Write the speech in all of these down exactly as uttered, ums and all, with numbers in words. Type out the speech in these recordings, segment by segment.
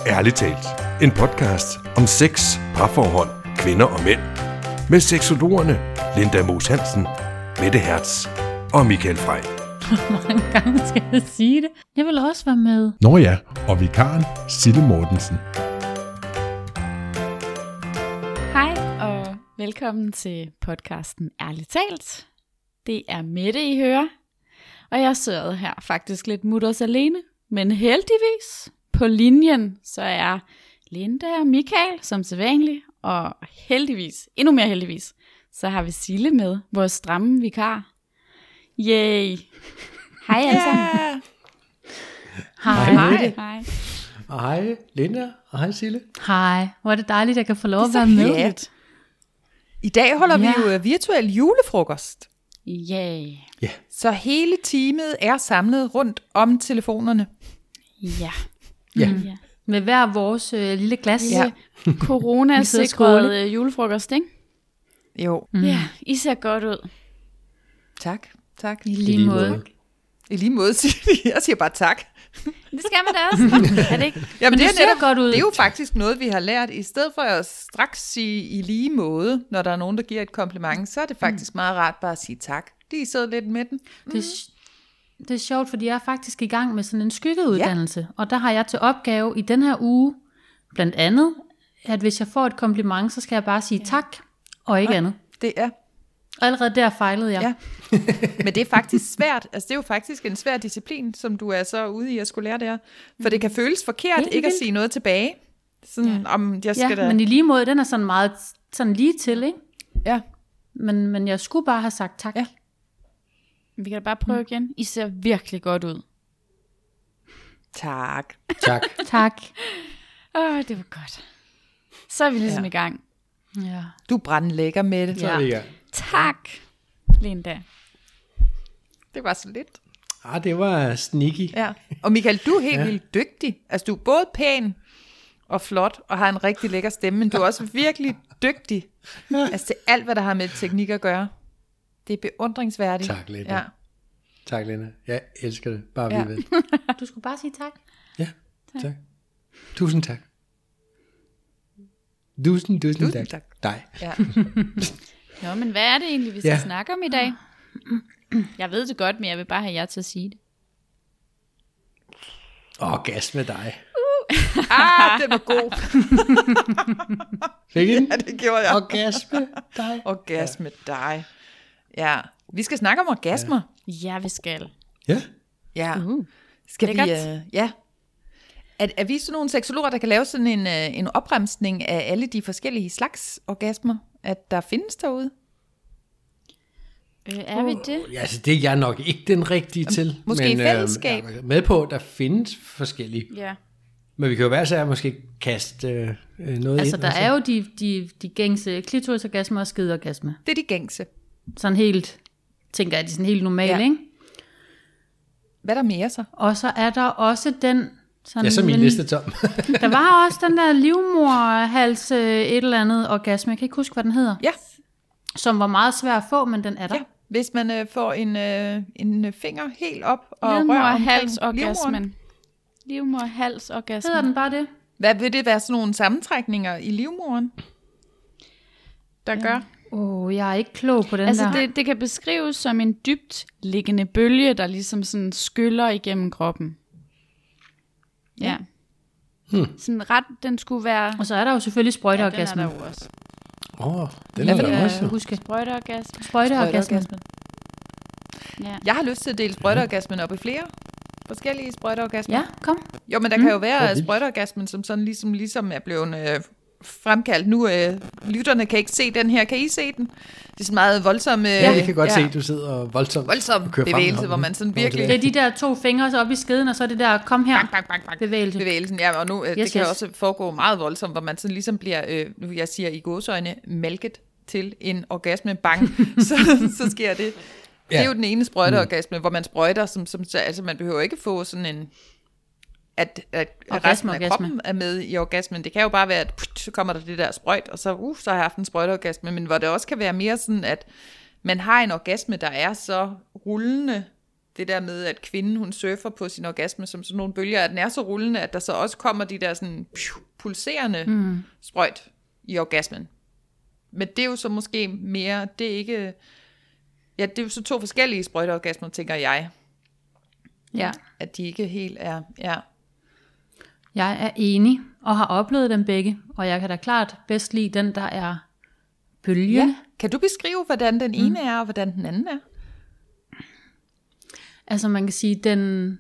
Ærligt talt. En podcast om sex, parforhold, kvinder og mænd. Med seksologerne Linda Moos Hansen, Mette Hertz og Michael Frey. Hvor mange gange skal jeg sige det? Jeg vil også være med. Nå ja, og vikaren Sille Mortensen. Hej og velkommen til podcasten Ærligt talt. Det er Mette, I hører. Og jeg sidder her faktisk lidt mutters alene. Men heldigvis på linjen, så er Linda og Michael som sædvanligt. Og heldigvis, endnu mere heldigvis, så har vi Sille med, vores stramme vikar. Yay! Hej alle sammen. Hej. Hej. Hej. Og hej Linda, og hej Sille. Hej. Hvor er det dejligt, at jeg kan få lov at være med. Ja. I dag holder Ja. vi jo virtuel julefrokost. Yay. Ja. Så hele teamet er samlet rundt om telefonerne. Ja. Ja. Mm. ja. Med hver vores øh, lille glas. Ja. Corona-sikret julefrokost, ikke? Jo, Mm. Ja, I ser godt ud. tak. Tak. I lige måde. I lige måde siger jeg. Jeg siger bare tak. Det skal man da også. Er det ikke? Jamen, Men det, det er ser netop, godt ud. det er jo faktisk noget, vi har lært. I stedet for at straks sige i lige måde, når der er nogen, der giver et kompliment, så er det faktisk meget rart bare at sige tak. Lige sidde lidt med den. Det, er, det er sjovt, fordi jeg er faktisk i gang med sådan en skyggeuddannelse. Ja. Og der har jeg til opgave i den her uge, blandt andet, at hvis jeg får et kompliment, så skal jeg bare sige ja. tak, og ikke Ja. andet. Det er Og allerede der fejlede jeg. Ja. Men det er faktisk svært. Altså det er jo faktisk en svær disciplin, som du er så ude i at skulle lære der. For det kan føles forkert Helt ikke at vildt. sige noget tilbage. Sådan ja. om jeg skal Ja, da. men i lige måde, den er sådan meget sådan lige til, ikke? Ja. Men, men jeg skulle bare have sagt tak. Ja. Vi kan da bare prøve igen. I ser virkelig godt ud. Tak. Tak. Tak. Åh, det var godt. Så er vi ligesom Ja. i gang. Ja. Du er brandlækker med det. Så er vi i gang. Tak, Linda. Det var så lidt. Ah, det var sneaky. Ja. Og Michael, du er helt Ja. vildt dygtig. Altså du er både pæn og flot og har en rigtig lækker stemme, men du er også virkelig dygtig. Altså til alt, hvad der har med teknik at gøre. Det er beundringsværdigt. Tak, Linda. Ja. Tak, Linda. Jeg elsker det. Bare vi Ja. ved. Du skulle bare sige tak. Ja, tak. Tusind tak. Tusind, tusind, Tusind tak. tak. Dig. Ja. Nå, men hvad er det egentlig, vi skal Ja. snakke om i dag? Jeg ved det godt, men jeg vil bare have jer til at sige det. Åh, gas med dig. Ah, det var god. Fik I den? Ja, det gjorde jeg. Orgasme dig. Orgasme dig. Ja, vi skal snakke om orgasmer. Ja, vi skal. Ja. Ja. Uh. Skal vi, Lækkert. øh, ja. Er, er vi sådan nogle seksologer, der kan lave sådan en, øh, en opremsning af alle de forskellige slags orgasmer, at der findes derude? Øh, er vi det? Ja, altså, det er jeg nok ikke den rigtige til. måske i men, fællesskab. Øh, jeg er med på, at der findes forskellige. Ja. Men vi kan jo være så måske kaste øh, noget Altså, ind. der er jo de, de, de gængse klitorisorgasmer og skideorgasme. Det er de gængse. Sådan helt, tænker jeg, de er sådan helt normale, Ja. ikke? Hvad er der mere så? Og så er der også den... Sådan, Ja, så er min men liste tom. Der var også den der livmorhals øh, et eller andet orgasme, jeg kan ikke huske, hvad den hedder. Ja. Som var meget svær at få, men den er der. Ja. Hvis man øh, får en, øh, en finger helt op og rører Livmor-hals-orgasmen. livmoderen. Livmor-hals-orgasmen. Hedder den bare det? Hvad vil det være sådan nogle sammentrækninger i livmoderen, der gør? Åh, oh, jeg er ikke klog på den Altså, der. det, det kan beskrives som en dybt liggende bølge, der ligesom sådan skyller igennem kroppen. Ja. Hmm. Sådan ret, den skulle være... Og så er der jo selvfølgelig sprøjteorgasme. Ja, den er der jo også. Åh, oh, den Ja, er vil der jeg også. huske. Sprøjteorgasme. Sprøjteorgasme. Ja. Jeg har lyst til at dele sprøjteorgasmen op i flere forskellige sprøjteorgasmer. Ja, kom. Jo, men der mm. kan jo være Hvor mm. vildt. sprøjteorgasmen, som sådan ligesom, ligesom er blevet øh, fremkaldt. Nu, øh, lytterne kan ikke se den her. Kan I se den? Det er sådan meget voldsom... Øh, Ja, jeg kan godt ja, se, at du sidder voldsomt voldsom og kører frem i bevægelse, hånden. hvor man sådan Frem og virkelig... Det er de der to fingre op i skeden, og så er det der, kom her, Bang, bang, bang, bang. bevægelse. Bevægelsen, ja, og nu, øh, Yes, det kan yes. også foregå meget voldsomt, hvor man sådan ligesom bliver, øh, nu jeg siger i gåseøjne, mælket til en orgasme, bang, så, så sker det. Det er Ja. jo den ene sprøjteorgasme, hvor man sprøjter, som, som, altså man behøver ikke få sådan en, at, at Orgasme, resten af orgasme. kroppen er med i orgasmen. Det kan jo bare være, at put, så kommer der det der sprøjt, og så, uh, så har jeg haft en sprøjteorgasme, men hvor det også kan være mere sådan, at man har en orgasme, der er så rullende, det der med, at kvinden, hun surfer på sin orgasme som sådan nogle bølger, at den er så rullende, at der så også kommer de der sådan pju, pulserende mm. sprøjt i orgasmen. Men det er jo så måske mere, det er ikke, ja, det er jo så to forskellige sprøjteorgasmer, tænker jeg. Ja. At de ikke helt er, ja. Jeg er enig, og har oplevet dem begge, og jeg kan da klart bedst lide den, der er bølgende. Ja. Kan du beskrive, hvordan den ene mm. er, og hvordan den anden er? Altså man kan sige, den,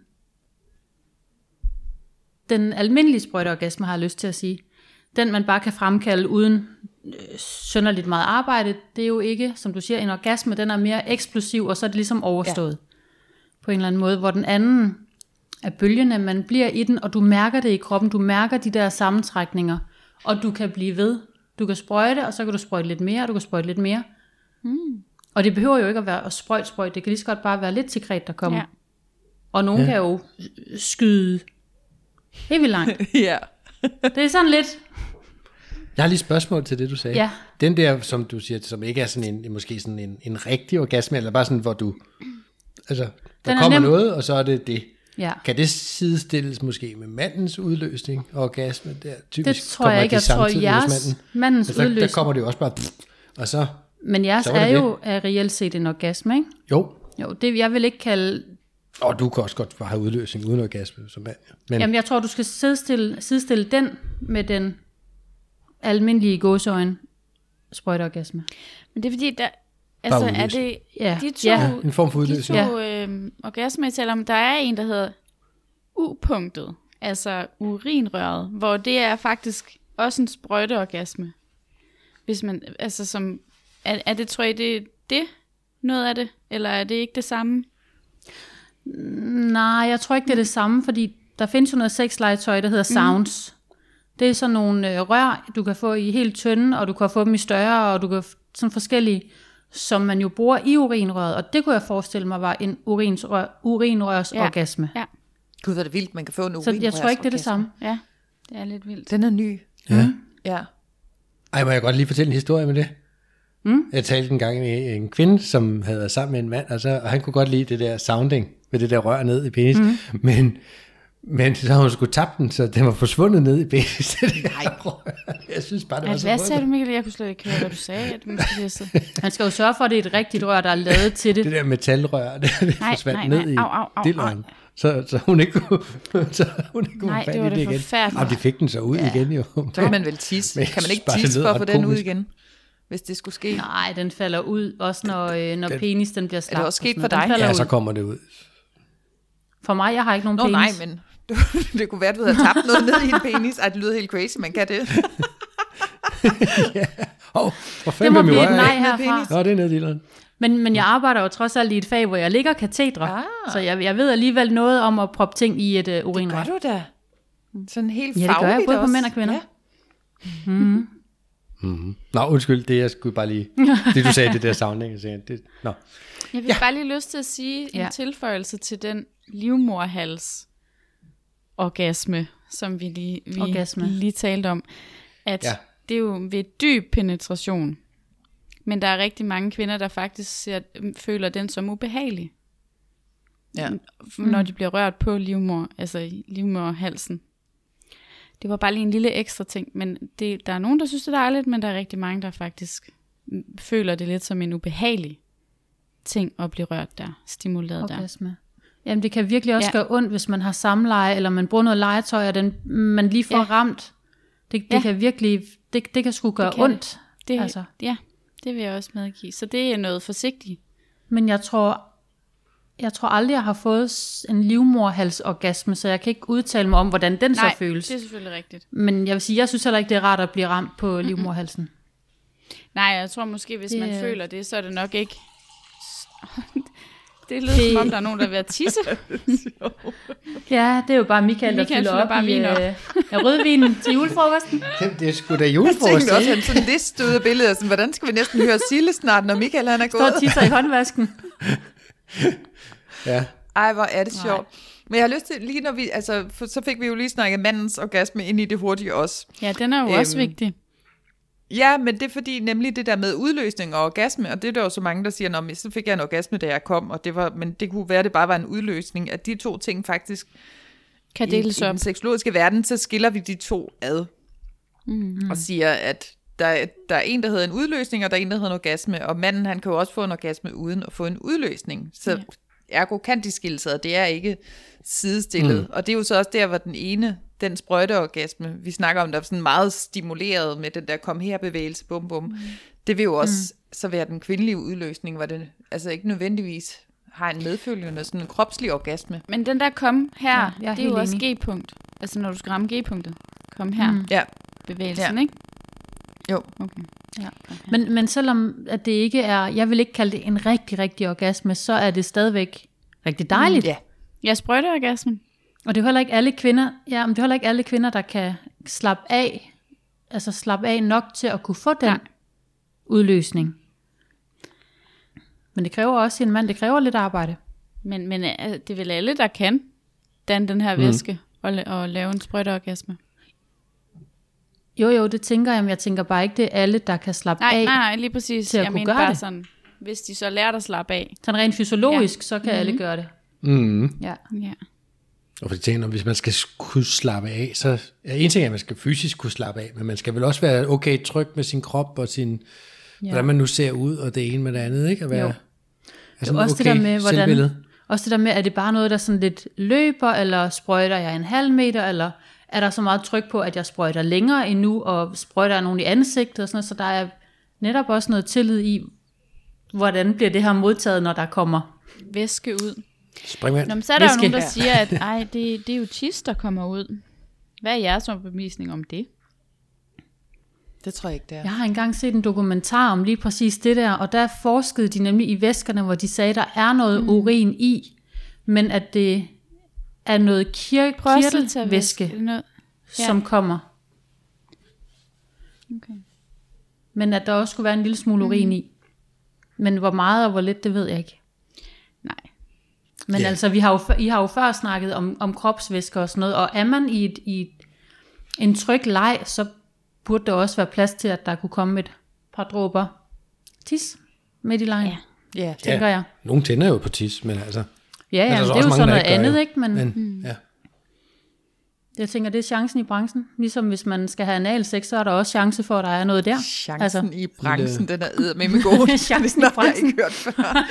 den almindelige sprøjteorgasme, har jeg lyst til at sige, den man bare kan fremkalde uden øh, synderligt meget arbejde, det er jo ikke, som du siger, en orgasme, den er mere eksplosiv, og så er det ligesom overstået. Ja. På en eller anden måde, hvor den anden er bølgende, man bliver i den, og du mærker det i kroppen, du mærker de der sammentrækninger, og du kan blive ved. Du kan sprøjte, og så kan du sprøjte lidt mere, og du kan sprøjte lidt mere. Mm. Og det behøver jo ikke at være at sprøjte, sprøjte, det kan lige så godt bare være lidt sekret, der kommer. Ja. Og nogen ja. kan jo skyde helt vildt langt. Ja. Det er sådan lidt... Jeg har lige et spørgsmål til det, du sagde. Ja. Den der, som du siger, som ikke er sådan en, måske sådan en, en rigtig orgasme, eller bare sådan, hvor du... Altså, der kommer nem. noget, og så er det det. Ja. Kan det sidestilles måske med mandens udløsning og orgasme? Der typisk det tror jeg ikke. Jeg tror, jeres mandens altså, udløsning... Der kommer det jo også bare... Og så, men jeres er, er jo er reelt set en orgasme, ikke? Jo. Jo, det jeg vil ikke kalde... Og du kan også godt have udløsning uden orgasme som mand. Men... Jamen, jeg tror, du skal sidestille, sidestille den med den almindelige gåseøjne sprøjteorgasme. Men det er fordi, der... Altså, er det ja. de to, ja, en form for udløsning. De to ja. øh, orgasmer, jeg taler om, der er en, der hedder U-punktet, altså urinrøret, hvor det er faktisk også en sprøjteorgasme. Hvis man, altså som, er, er det, tror jeg, det er det, noget af det, eller er det ikke det samme? Nej, jeg tror ikke, det er det samme, fordi der findes jo noget sexlegetøj, der hedder sounds. Mm. Det er sådan nogle øh, rør, du kan få i helt tynde, og du kan få dem i større, og du kan sådan forskellige, som man jo bruger i urinrøret, og det kunne jeg forestille mig var en urinrør, urinrørsorgasme. Ja. Ja. Gud, hvor er det vildt, man kan få en urinrørsorgasme. Så jeg tror ikke, det er det samme. Ja, det er lidt vildt. Den er ny. Ja. Mm. Ja. Ej, må jeg godt lige fortælle en historie med det? Mm. Jeg talte en gang med en kvinde, som havde været sammen med en mand, og, så, og han kunne godt lide det der sounding, med det der rør ned i penis, mm. men... Men så hun skulle tabe den, så den var forsvundet ned i penis. Nej. Jeg synes bare, det var at, så hvad sagde du, Mikkel? Jeg kunne slet ikke høre, hvad du sagde. At man, man skal jo sørge for, at det er et rigtigt rør, der er lavet til det. Det der metalrør, det, det nej, forsvandt nej, nej, ned nej. i dilleren. Så, så hun ikke kunne, så hun ikke kunne nej, fat det var i det, det igen. forfærdeligt. Og de fik den så ud ja. igen jo. Så kan man vel tisse. Kan man ikke tisse for at få den ud igen, hvis det skulle ske? Nej, den falder ud, også når, øh, når den, penis den bliver slap. Er det også sket for dig? Ja, ud. så kommer det ud. For mig, jeg har ikke nogen Nå, penis. nej, men det kunne være, at du havde tabt noget ned i en penis. Ej, det lyder helt crazy, man kan det. ja. oh, det må blive et nej herfra. Nå, det er nede i men, men jeg arbejder jo trods alt i et fag, hvor jeg ligger katedre. Ah. Så jeg, jeg ved alligevel noget om at proppe ting i et uh, urinrør. Det gør du da. Sådan helt fagligt. Ja, det gør jeg både også. På mænd og kvinder. Ja. Mm-hmm. Mm-hmm. Nå, undskyld, det jeg skulle bare lige... Det du sagde, det der sounding. Det, nå. Jeg vil ja. bare lige lyst til at sige ja. en tilføjelse til den livmorhals orgasme, som vi lige, vi lige talte om, at ja. det er jo ved dyb penetration, men der er rigtig mange kvinder, der faktisk ser, føler den som ubehagelig, ja. når mm. de bliver rørt på livmor, altså livmorhalsen. Det var bare lige en lille ekstra ting, men det, der er nogen, der synes, det er dejligt, men der er rigtig mange, der faktisk føler det lidt som en ubehagelig ting at blive rørt der, stimuleret orgasme. Der. Jamen det kan virkelig også ja. gøre ondt, hvis man har samleje, eller man bruger noget legetøj, og den, man lige får ja. ramt. Det, det ja. kan virkelig, det, det kan sgu gøre det kan ondt. Det, altså. Ja, det vil jeg også medgive. Så det er noget forsigtigt. Men jeg tror, jeg tror aldrig, jeg har fået en livmorhalsorgasme, så jeg kan ikke udtale mig om, hvordan den Nej, så føles. det er selvfølgelig rigtigt. Men jeg vil sige, jeg synes heller ikke, det er rart at blive ramt på mm-hmm. livmorhalsen. Nej, jeg tror måske, hvis det, man føler det, så er det nok ikke... Det lyder det... som om, der er nogen, der er ved at tisse. Ja, det er jo bare Michael, der Michael fylder op bare i øh, rødvinen til julefrokosten. Det er sgu da julefrokost. Jeg tænkte også, han sådan liste ud af billedet. Sådan, hvordan skal vi næsten høre Sille snart, når Michael han er gået? Står og tisser i håndvasken. Ja. Ej, hvor er det sjovt. Nej. Men jeg har lyst til, lige når vi, altså, for, så fik vi jo lige snakket mandens orgasme ind i det hurtige også. Ja, den er jo æm, også vigtig. Ja, men det er fordi nemlig det der med udløsning og orgasme, og det er der jo så mange, der siger, nå, så fik jeg en orgasme, da jeg kom, og det var, men det kunne være, at det bare var en udløsning, at de to ting faktisk, Kan i, deles i op. den seksologiske verden, så skiller vi de to ad, Mm. og siger, at der, er- der er en, der hedder en udløsning, og der er en, der hedder en orgasme, og manden, han kan jo også få en orgasme uden at få en udløsning, så Ja. ergo kan de skille sig, og det er ikke sidestillet, mm. og det er jo så også der, hvor den ene, den sprøjteorgasme, vi snakker om, der er sådan meget stimuleret med den der kom her bevægelse, bum bum, mm. det vil jo også mm. så være den kvindelige udløsning, hvor det altså ikke nødvendigvis har en medfølgende sådan en kropslig orgasme. Men den der kom her, Ja, jeg er det er jo helt også enig. G-punkt. Altså når du skal ramme G-punktet. Kom her, mm. Ja, bevægelsen, Ja. ikke? jo. Okay. Ja. Men, men selvom at det ikke er, jeg vil ikke kalde det en rigtig, rigtig orgasme, så er det stadigvæk rigtig dejligt. Ja. Jeg sprøjter orgasmen. Og det er heller ikke alle kvinder, ja, men det er heller ikke alle kvinder, der kan slappe af, altså slappe af nok til at kunne få den Nej. udløsning. Men det kræver også en mand, det kræver lidt arbejde. Men, men øh, det er vel alle, der kan danne den her Mm. væske og, la- og lave en sprøjteorgasme. Jo, jo, det tænker jeg, men jeg tænker bare ikke, det er alle, der kan slappe Nej, af. nej, nej, lige præcis. til at Jeg kunne mener gøre bare det. sådan, hvis de så lærer at slappe af. Sådan rent fysiologisk, Ja. så kan alle gøre det. Mm. Ja. Ja. Og for tænker, hvis man skal kunne slappe af, så ja, en ting er, at man skal fysisk kunne slappe af, men man skal vel også være okay tryg med sin krop og sin, ja. hvordan man nu ser ud, og det ene med det andet, ikke? At være, Jo. altså Også okay det der med, hvordan, selvbillede. også det der med, er det bare noget, der sådan lidt løber, eller sprøjter jeg en halv meter, eller er der så meget tryk på, at jeg sprøjter længere endnu, og sprøjter jeg nogen i ansigtet, og sådan noget, så der er netop også noget tillid i, hvordan bliver det her modtaget, når der kommer. Væske ud. Springvand. Nå, men så er der jo Væske. nogen, der Ja. siger, at ej, det, det er jo tis, der kommer ud. Hvad er jeres overbevisning om det? Det tror jeg ikke, det er. Jeg har engang set en dokumentar om lige præcis det der, og der forskede de nemlig i væskerne, hvor de sagde, at der er noget mm. urin i, men at det er noget kir- kirtelvæske, Det er noget. Ja. som kommer. Okay. Men at der også skulle være en lille smule urin Mm. i. Men hvor meget og hvor lidt, det ved jeg ikke. Nej. Men Ja. altså, vi har jo, før- I har jo før snakket om, om kropsvæsker og sådan noget, og er man i, et, i et, en tryg leg, så burde der også være plads til, at der kunne komme et par dråber tis midt i lejen, Ja. ja. Ja. tænker jeg. Nogle tænder jo på tis, men altså... Ja, ja, Men der er men så det er også jo mange, sådan der noget ikke gør, andet, jo. ikke? Men, Men, men ja. jeg tænker, det er chancen i branchen. Ligesom hvis man skal have analsex, så er der også chance for, at der er noget der. Chancen Altså. i branchen, den er eddermame god. Chancen i Den har jeg branchen. ikke hørt før.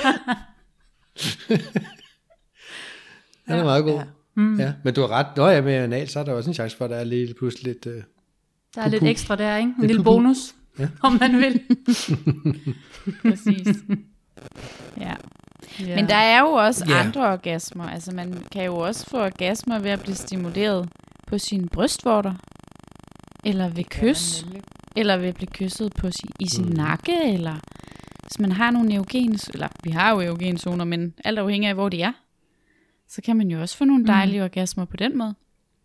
Den er meget god. Ja. Mm. Ja, men du har ret. Nå ja, med anal, så er der også en chance for, at der er lige pludselig lidt... Uh... Der er lidt Pupu. ekstra der, ikke? En Lidt lille pupu. bonus, Ja. om man vil. Præcis. Ja. Ja. Men der er jo også Ja. andre orgasmer. Altså man kan jo også få orgasmer ved at blive stimuleret på sine brystvorter. Eller ved kys. Eller ved at blive kysset på sin, i sin mm. nakke. Eller hvis man har nogle erogens... Eller vi har jo erogenzoner, men alt afhængig af hvor de er. Så kan man jo også få nogle dejlige mm. orgasmer på den måde.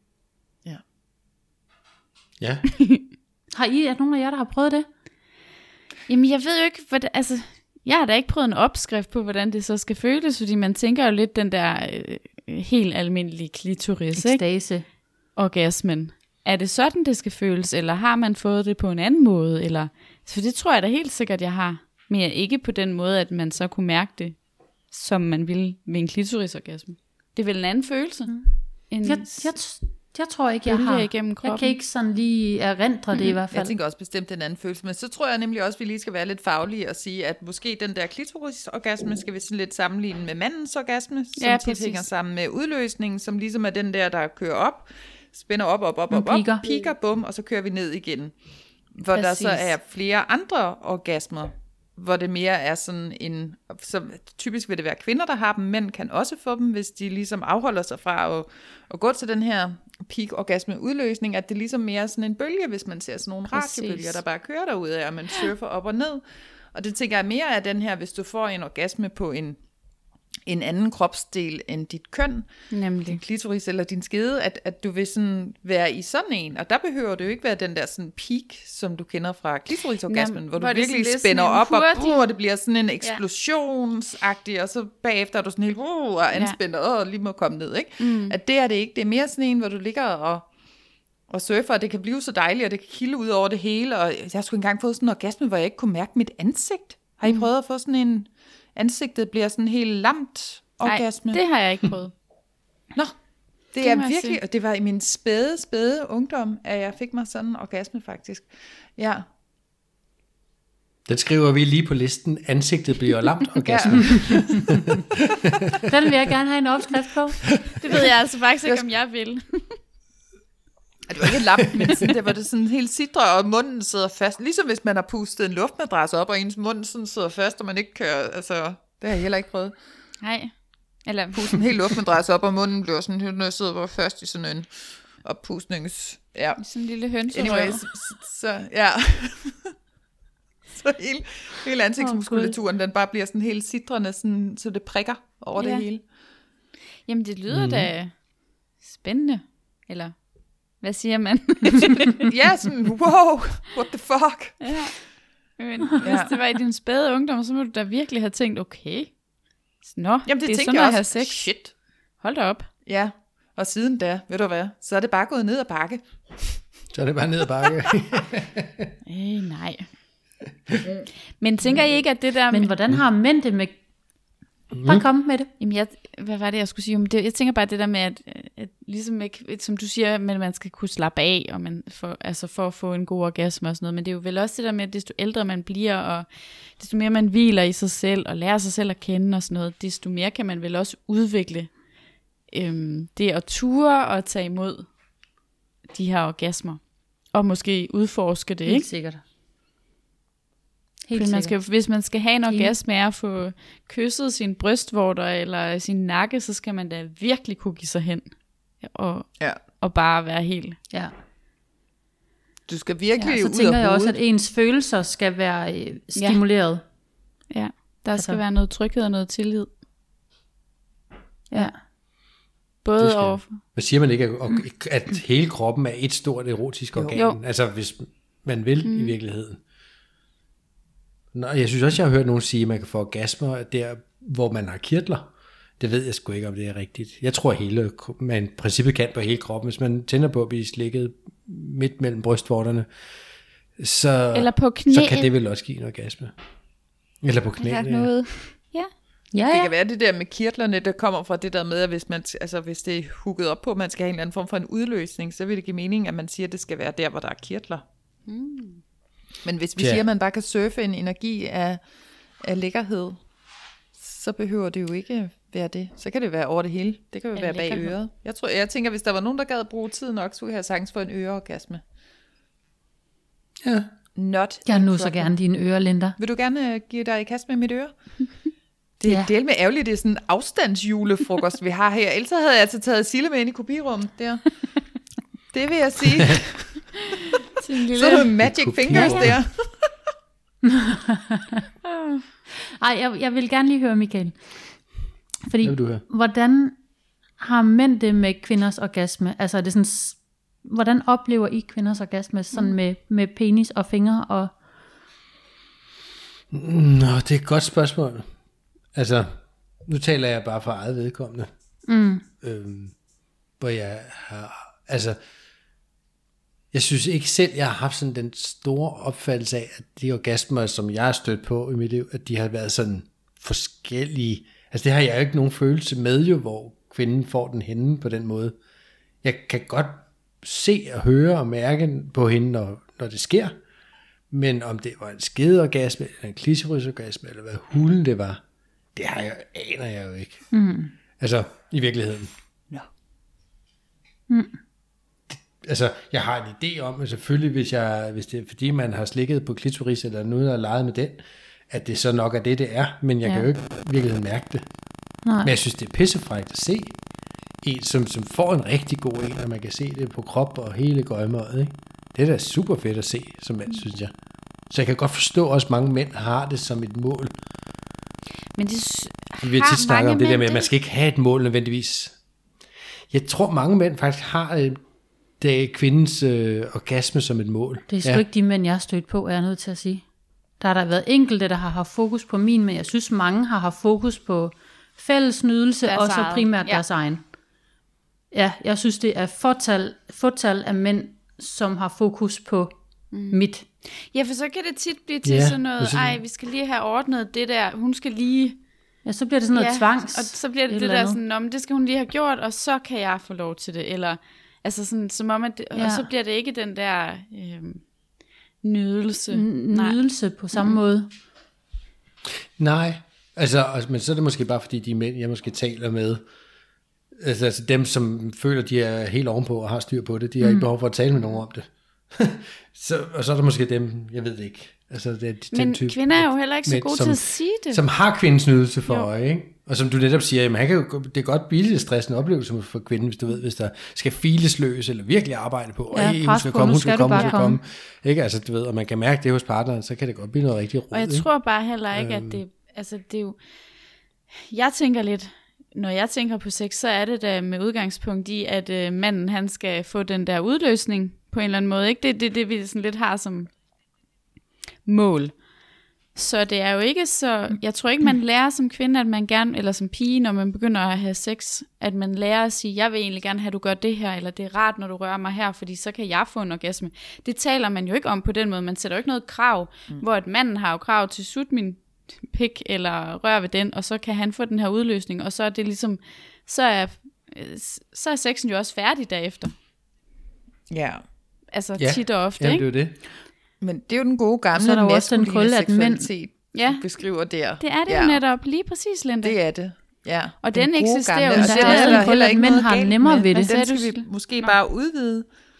Ja, Har I, er der nogen af jer, der har prøvet det? Jamen jeg ved jo ikke, hvordan, altså, jeg har da ikke prøvet en opskrift på, hvordan det så skal føles, fordi man tænker jo lidt den der øh, helt almindelige klitoris, ikke? Ekstase. Orgasmen. Er det sådan, det skal føles, eller har man fået det på en anden måde? Eller, for det tror jeg da helt sikkert, jeg har. Men ikke på den måde, at man så kunne mærke det, som man ville ved en klitorisorgasme. Det er vel en anden følelse? Mm. En Jeg, jeg, jeg tror ikke, jeg bølge har. igennem Jeg kroppen. kan ikke sådan lige erindre det i hvert fald. Jeg tænker også bestemt en anden følelse, men så tror jeg nemlig også, at vi lige skal være lidt faglige og sige, at måske den der klitorisorgasme skal vi sådan lidt sammenligne med mandens orgasme, som Ja, ja, præcis. hænger sammen med udløsningen, som ligesom er den der, der kører op, spænder op, op, op, op, op, piker. piker, bum, og så kører vi ned igen. Hvor præcis. Der så Præcis. er flere andre orgasmer, hvor det mere er sådan en, som typisk vil det være kvinder, der har dem, mænd kan også få dem, hvis de ligesom afholder sig fra at, at gå til den her peak-orgasme udløsning, at det ligesom mere er sådan en bølge, hvis man ser sådan nogle Præcis. radiobølger, der bare kører derude, og man surfer op og ned. Og det tænker jeg mere af den her, hvis du får en orgasme på en, en anden kropsdel end dit køn, Nemlig. din klitoris eller din skede, at, at du vil sådan være i sådan en, og der behøver det jo ikke være den der sådan peak, som du kender fra klitorisorgasmen, Jamen, hvor du hvor det virkelig sådan lidt spænder sådan en op, og, hurtig- uh, og det bliver sådan en eksplosionsagtig, og så bagefter er du sådan helt, uh, og anspændt, og lige må komme ned, ikke? Mm. At det er det ikke, det er mere sådan en, hvor du ligger og og surfer, og det kan blive så dejligt, og det kan kilde ud over det hele, og jeg har sgu engang fået sådan en orgasme, hvor jeg ikke kunne mærke mit ansigt. Har I mm. prøvet at få sådan en, ansigtet bliver sådan helt lamt orgasme? Nej, det har jeg ikke prøvet. Nå, det, det er virkelig, og det var i min spæde, spæde ungdom, at jeg fik mig sådan en orgasme faktisk. Ja. Den skriver vi lige på listen, ansigtet bliver lamt orgasme. Den vil jeg gerne have en opskrift på. Det ved jeg altså faktisk ikke, om jeg vil. Det var ikke lamt, men sådan, det var det sådan helt sidre, og munden sidder fast. Ligesom hvis man har pustet en luftmadras op, og ens mund sådan sidder fast, og man ikke kan, altså, det har jeg heller ikke prøvet. Nej. Eller puste en helt luftmadras op, og munden bliver sådan, når jeg sidder bare først i sådan en oppustnings... Ja. Sådan en lille hønserør. Anyways, så, så ja. Så hele, hele ansigtsmuskulaturen, oh, den bare bliver sådan helt sidrende, sådan, så det prikker over ja. det hele. Jamen, det lyder mm. da spændende. Eller, hvad siger man? Ja, sådan, wow, what the fuck? Ja. Men hvis ja. det var i din spæde ungdom, så må du da virkelig have tænkt, okay, nå, jamen, det, det er sådan jeg at have også. sex. Shit. Hold da op. Ja, og siden da, ved du hvad, så er det bare gået ned ad bakke. Så er det bare ned ad bakke. øh, nej. Men tænker I ikke, at det der... Men med... hvordan har mænd det med... Bare kom med det. Jamen, jeg, hvad var det, jeg skulle sige? Det, jeg tænker bare det der med, at, at ligesom ikke, som du siger, at man skal kunne slappe af, og man for, altså for at få en god orgasme og sådan noget. Men det er jo vel også det der med, at desto ældre man bliver, og desto mere man hviler i sig selv, og lærer sig selv at kende og sådan noget, desto mere kan man vel også udvikle øhm, det at ture og tage imod de her orgasmer. Og måske udforske det, Helt ikke? sikkert. Helt man skal, hvis man skal have en orgasme af at få kysset sin brystvorter eller sin nakke, så skal man da virkelig kunne give sig hen. Og, ja. og bare være helt. Ja. Du skal virkelig ja, ud af så tænker jeg hovedet. også, at ens følelser skal være øh, stimuleret. Ja, ja. Der altså. skal være noget tryghed og noget tillid. Ja. Både over... Hvad siger man ikke, at, at hele kroppen er et stort erotisk organ? Jo. Altså hvis man vil mm. i virkeligheden. Nå, jeg synes også, jeg har hørt nogen sige, at man kan få orgasmer der, hvor man har kirtler. Det ved jeg sgu ikke, om det er rigtigt. Jeg tror, at hele, man i princippet kan på hele kroppen. Hvis man tænder på at blive slikket midt mellem brystvorterne, så, Eller på knæ. så kan det vel også give en orgasme. Eller på knæene. Ja. Noget. Ja. Ja, ja. Det kan være det der med kirtlerne, der kommer fra det der med, at hvis, man, altså, hvis det er hooket op på, at man skal have en eller anden form for en udløsning, så vil det give mening, at man siger, at det skal være der, hvor der er kirtler. Mm. Men hvis vi ja. siger, at man bare kan surfe en energi af, af lækkerhed, så behøver det jo ikke være det. Så kan det være over det hele. Det kan jo være bag øret. Jeg, tror, jeg tænker, hvis der var nogen, der gad bruge tid nok, så kunne jeg have sagtens få en øreorgasme. Ja. Not jeg nu så gerne dine ører, Linda. Vil du gerne give dig i kast med mit øre? Det er ja. del med ærgerligt, det er sådan en afstandsjulefrokost, vi har her. Ellers havde jeg altså taget Sille med ind i kopirummet der. Det vil jeg sige. Lille... Så er det magic fingers der. Ej, jeg, jeg vil gerne lige høre, Michael. Fordi, vil du høre? Hvordan har mænd det med kvinders orgasme? Altså, er det sådan, hvordan oplever I kvinders orgasme sådan med, med penis og fingre? Og... Nå, det er et godt spørgsmål. Altså, nu taler jeg bare for eget vedkommende. Mm. Øhm, hvor jeg har, altså, jeg synes ikke selv, jeg har haft sådan den store opfattelse af, at de orgasmer, som jeg har stødt på i mit liv, at de har været sådan forskellige. Altså, det har jeg jo ikke nogen følelse med jo, hvor kvinden får den henne på den måde. Jeg kan godt se og høre og mærke på hende, når, når det sker. Men om det var en skedeorgasme, eller en klitorisorgasme, eller hvad hulen det var, det har jeg, aner jeg jo ikke. Mm. Altså, i virkeligheden. Ja. Mm. Det, altså, jeg har en idé om, at selvfølgelig, hvis, jeg, hvis det er fordi, man har slikket på klitoris, eller noget og leget med den, at det så nok er det, det er. Men jeg ja. kan jo ikke i virkeligheden mærke det. Nej. Men jeg synes, det er pissefrækt at se en, som, som får en rigtig god en, og man kan se det på krop og hele gøjmøjet, ikke? Det er da super fedt at se, som mand, synes jeg. Så jeg kan godt forstå, at også mange mænd har det som et mål. Men det vi har tit snakket om det der med, at man skal ikke have et mål nødvendigvis. Jeg tror, mange mænd faktisk har øh, det kvindens øh, orgasme som et mål. Det er sgu ja. ikke de mænd, jeg har stødt på, er jeg nødt til at sige. Der har der været enkelte, der har haft fokus på min, men jeg synes, mange har haft fokus på fælles nydelse, deres og så primært ja. deres egen. Ja, jeg synes, det er fortal, fortal af mænd, som har fokus på mm. mit. Ja, for så kan det tit blive til Ja, sådan noget, så- ej, vi skal lige have ordnet det der, hun skal lige... Ja, så bliver det sådan noget ja, tvangs. og så bliver det et det eller der andet. sådan, om det skal hun lige have gjort, og så kan jeg få lov til det, eller altså sådan, som om, at det, Ja. og så bliver det ikke den der øh, nydelse. N- Nej. nydelse på samme mm. måde. Nej, altså, altså, men så er det måske bare fordi de mænd, jeg måske taler med, altså, altså dem, som føler, de er helt ovenpå og har styr på det, de har mm. ikke behov for at tale med nogen om det. så, og så er der måske dem, jeg ved det ikke. Altså, det er den Men type, kvinder er jo heller ikke så mænd, gode som, til at sige det. som har kvindens nydelse for Jo. øje, ikke? Og som du netop siger, jamen, han kan jo, det er godt billigt stressende oplevelse for kvinden, hvis du ved, hvis der skal files løs, eller virkelig arbejde på, og Ja, hey, hun pres skal på, komme, nu hun skal skal du komme, hun bare skal komme. komme. Ikke? Altså, du ved, og man kan mærke det hos partneren, så kan det godt blive noget rigtig rod, Og jeg ikke? tror bare heller ikke, at det, altså det er jo, jeg tænker lidt, når jeg tænker på sex, så er det da med udgangspunkt i, at øh, manden, han skal få den der udløsning på en eller anden måde, ikke? Det er det, det, vi sådan lidt har som mål. Så det er jo ikke så, jeg tror ikke, man lærer som kvinde, at man gerne, eller som pige, når man begynder at have sex, at man lærer at sige, jeg vil egentlig gerne have, at du gør det her, eller det er rart, når du rører mig her, fordi så kan jeg få en orgasme. Det taler man jo ikke om på den måde, man sætter jo ikke noget krav, mm. hvor et manden har jo krav til sut min pik, eller rør ved den, og så kan han få den her udløsning, og så er det ligesom, så er, så er sexen jo også færdig derefter. Ja. Altså Ja. tit og ofte, Jamen, ikke? det er jo det. Men det er jo den gode Så er gamle der jo også den maskuline krølle, at mænd- seksualitet, Ja. du beskriver der. Det er det ja. jo netop, lige præcis, Linda. Det er det. Ja. Og den gode eksisterer gamle, jo og der det er også der den heller krølle, at ikke mænd noget har galt nemmere med, ved men det. Den Sagde skal du- vi måske Nå. bare udvide.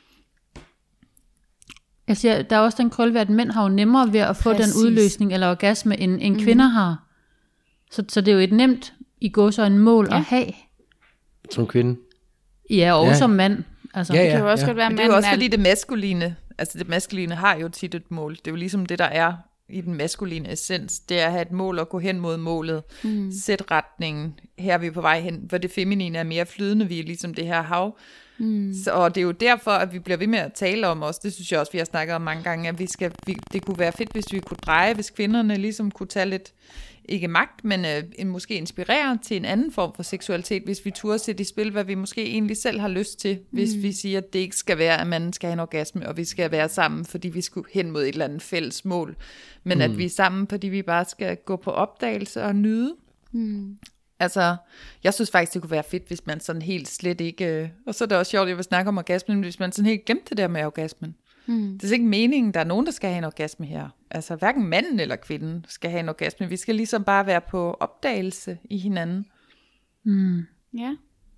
Jeg siger, der er også den krølle ved, at mænd har jo nemmere ved at få Præcis. den udløsning eller orgasme, end, end Mhm. kvinder har. Så, så det er jo et nemt, i går så en mål Ja. at have. Som kvinde. Ja, og Ja. som mand. Altså, Ja, Det ja. kan jo også godt være, at Men det er jo manden også er- fordi det maskuline, altså det maskuline har jo tit et mål. Det er jo ligesom det, der er i den maskuline essens. Det er at have et mål og gå hen mod målet. Mm. Sæt retningen. Her er vi på vej hen, hvor det feminine er mere flydende. Vi er ligesom det her hav. Mm. Så, og det er jo derfor, at vi bliver ved med at tale om os. Det synes jeg også, vi har snakket om mange gange, at vi skal, vi, det kunne være fedt, hvis vi kunne dreje, hvis kvinderne ligesom kunne tage lidt, ikke magt, men øh, måske inspirere til en anden form for seksualitet, hvis vi turde sætte i spil, hvad vi måske egentlig selv har lyst til, hvis mm. vi siger, at det ikke skal være, at manden skal have en orgasme, og vi skal være sammen, fordi vi skal hen mod et eller andet fælles mål, men mm. at vi er sammen, fordi vi bare skal gå på opdagelse og nyde. Mm. Altså, jeg synes faktisk, det kunne være fedt, hvis man sådan helt slet ikke, øh, og så er det også sjovt, at jeg vil snakke om orgasmen, hvis man sådan helt glemte det der med orgasmen. Mm. Det er ikke meningen, der er nogen, der skal have en orgasme her. Altså, hverken manden eller kvinden skal have en orgasme. Vi skal ligesom bare være på opdagelse i hinanden. mm. Ja.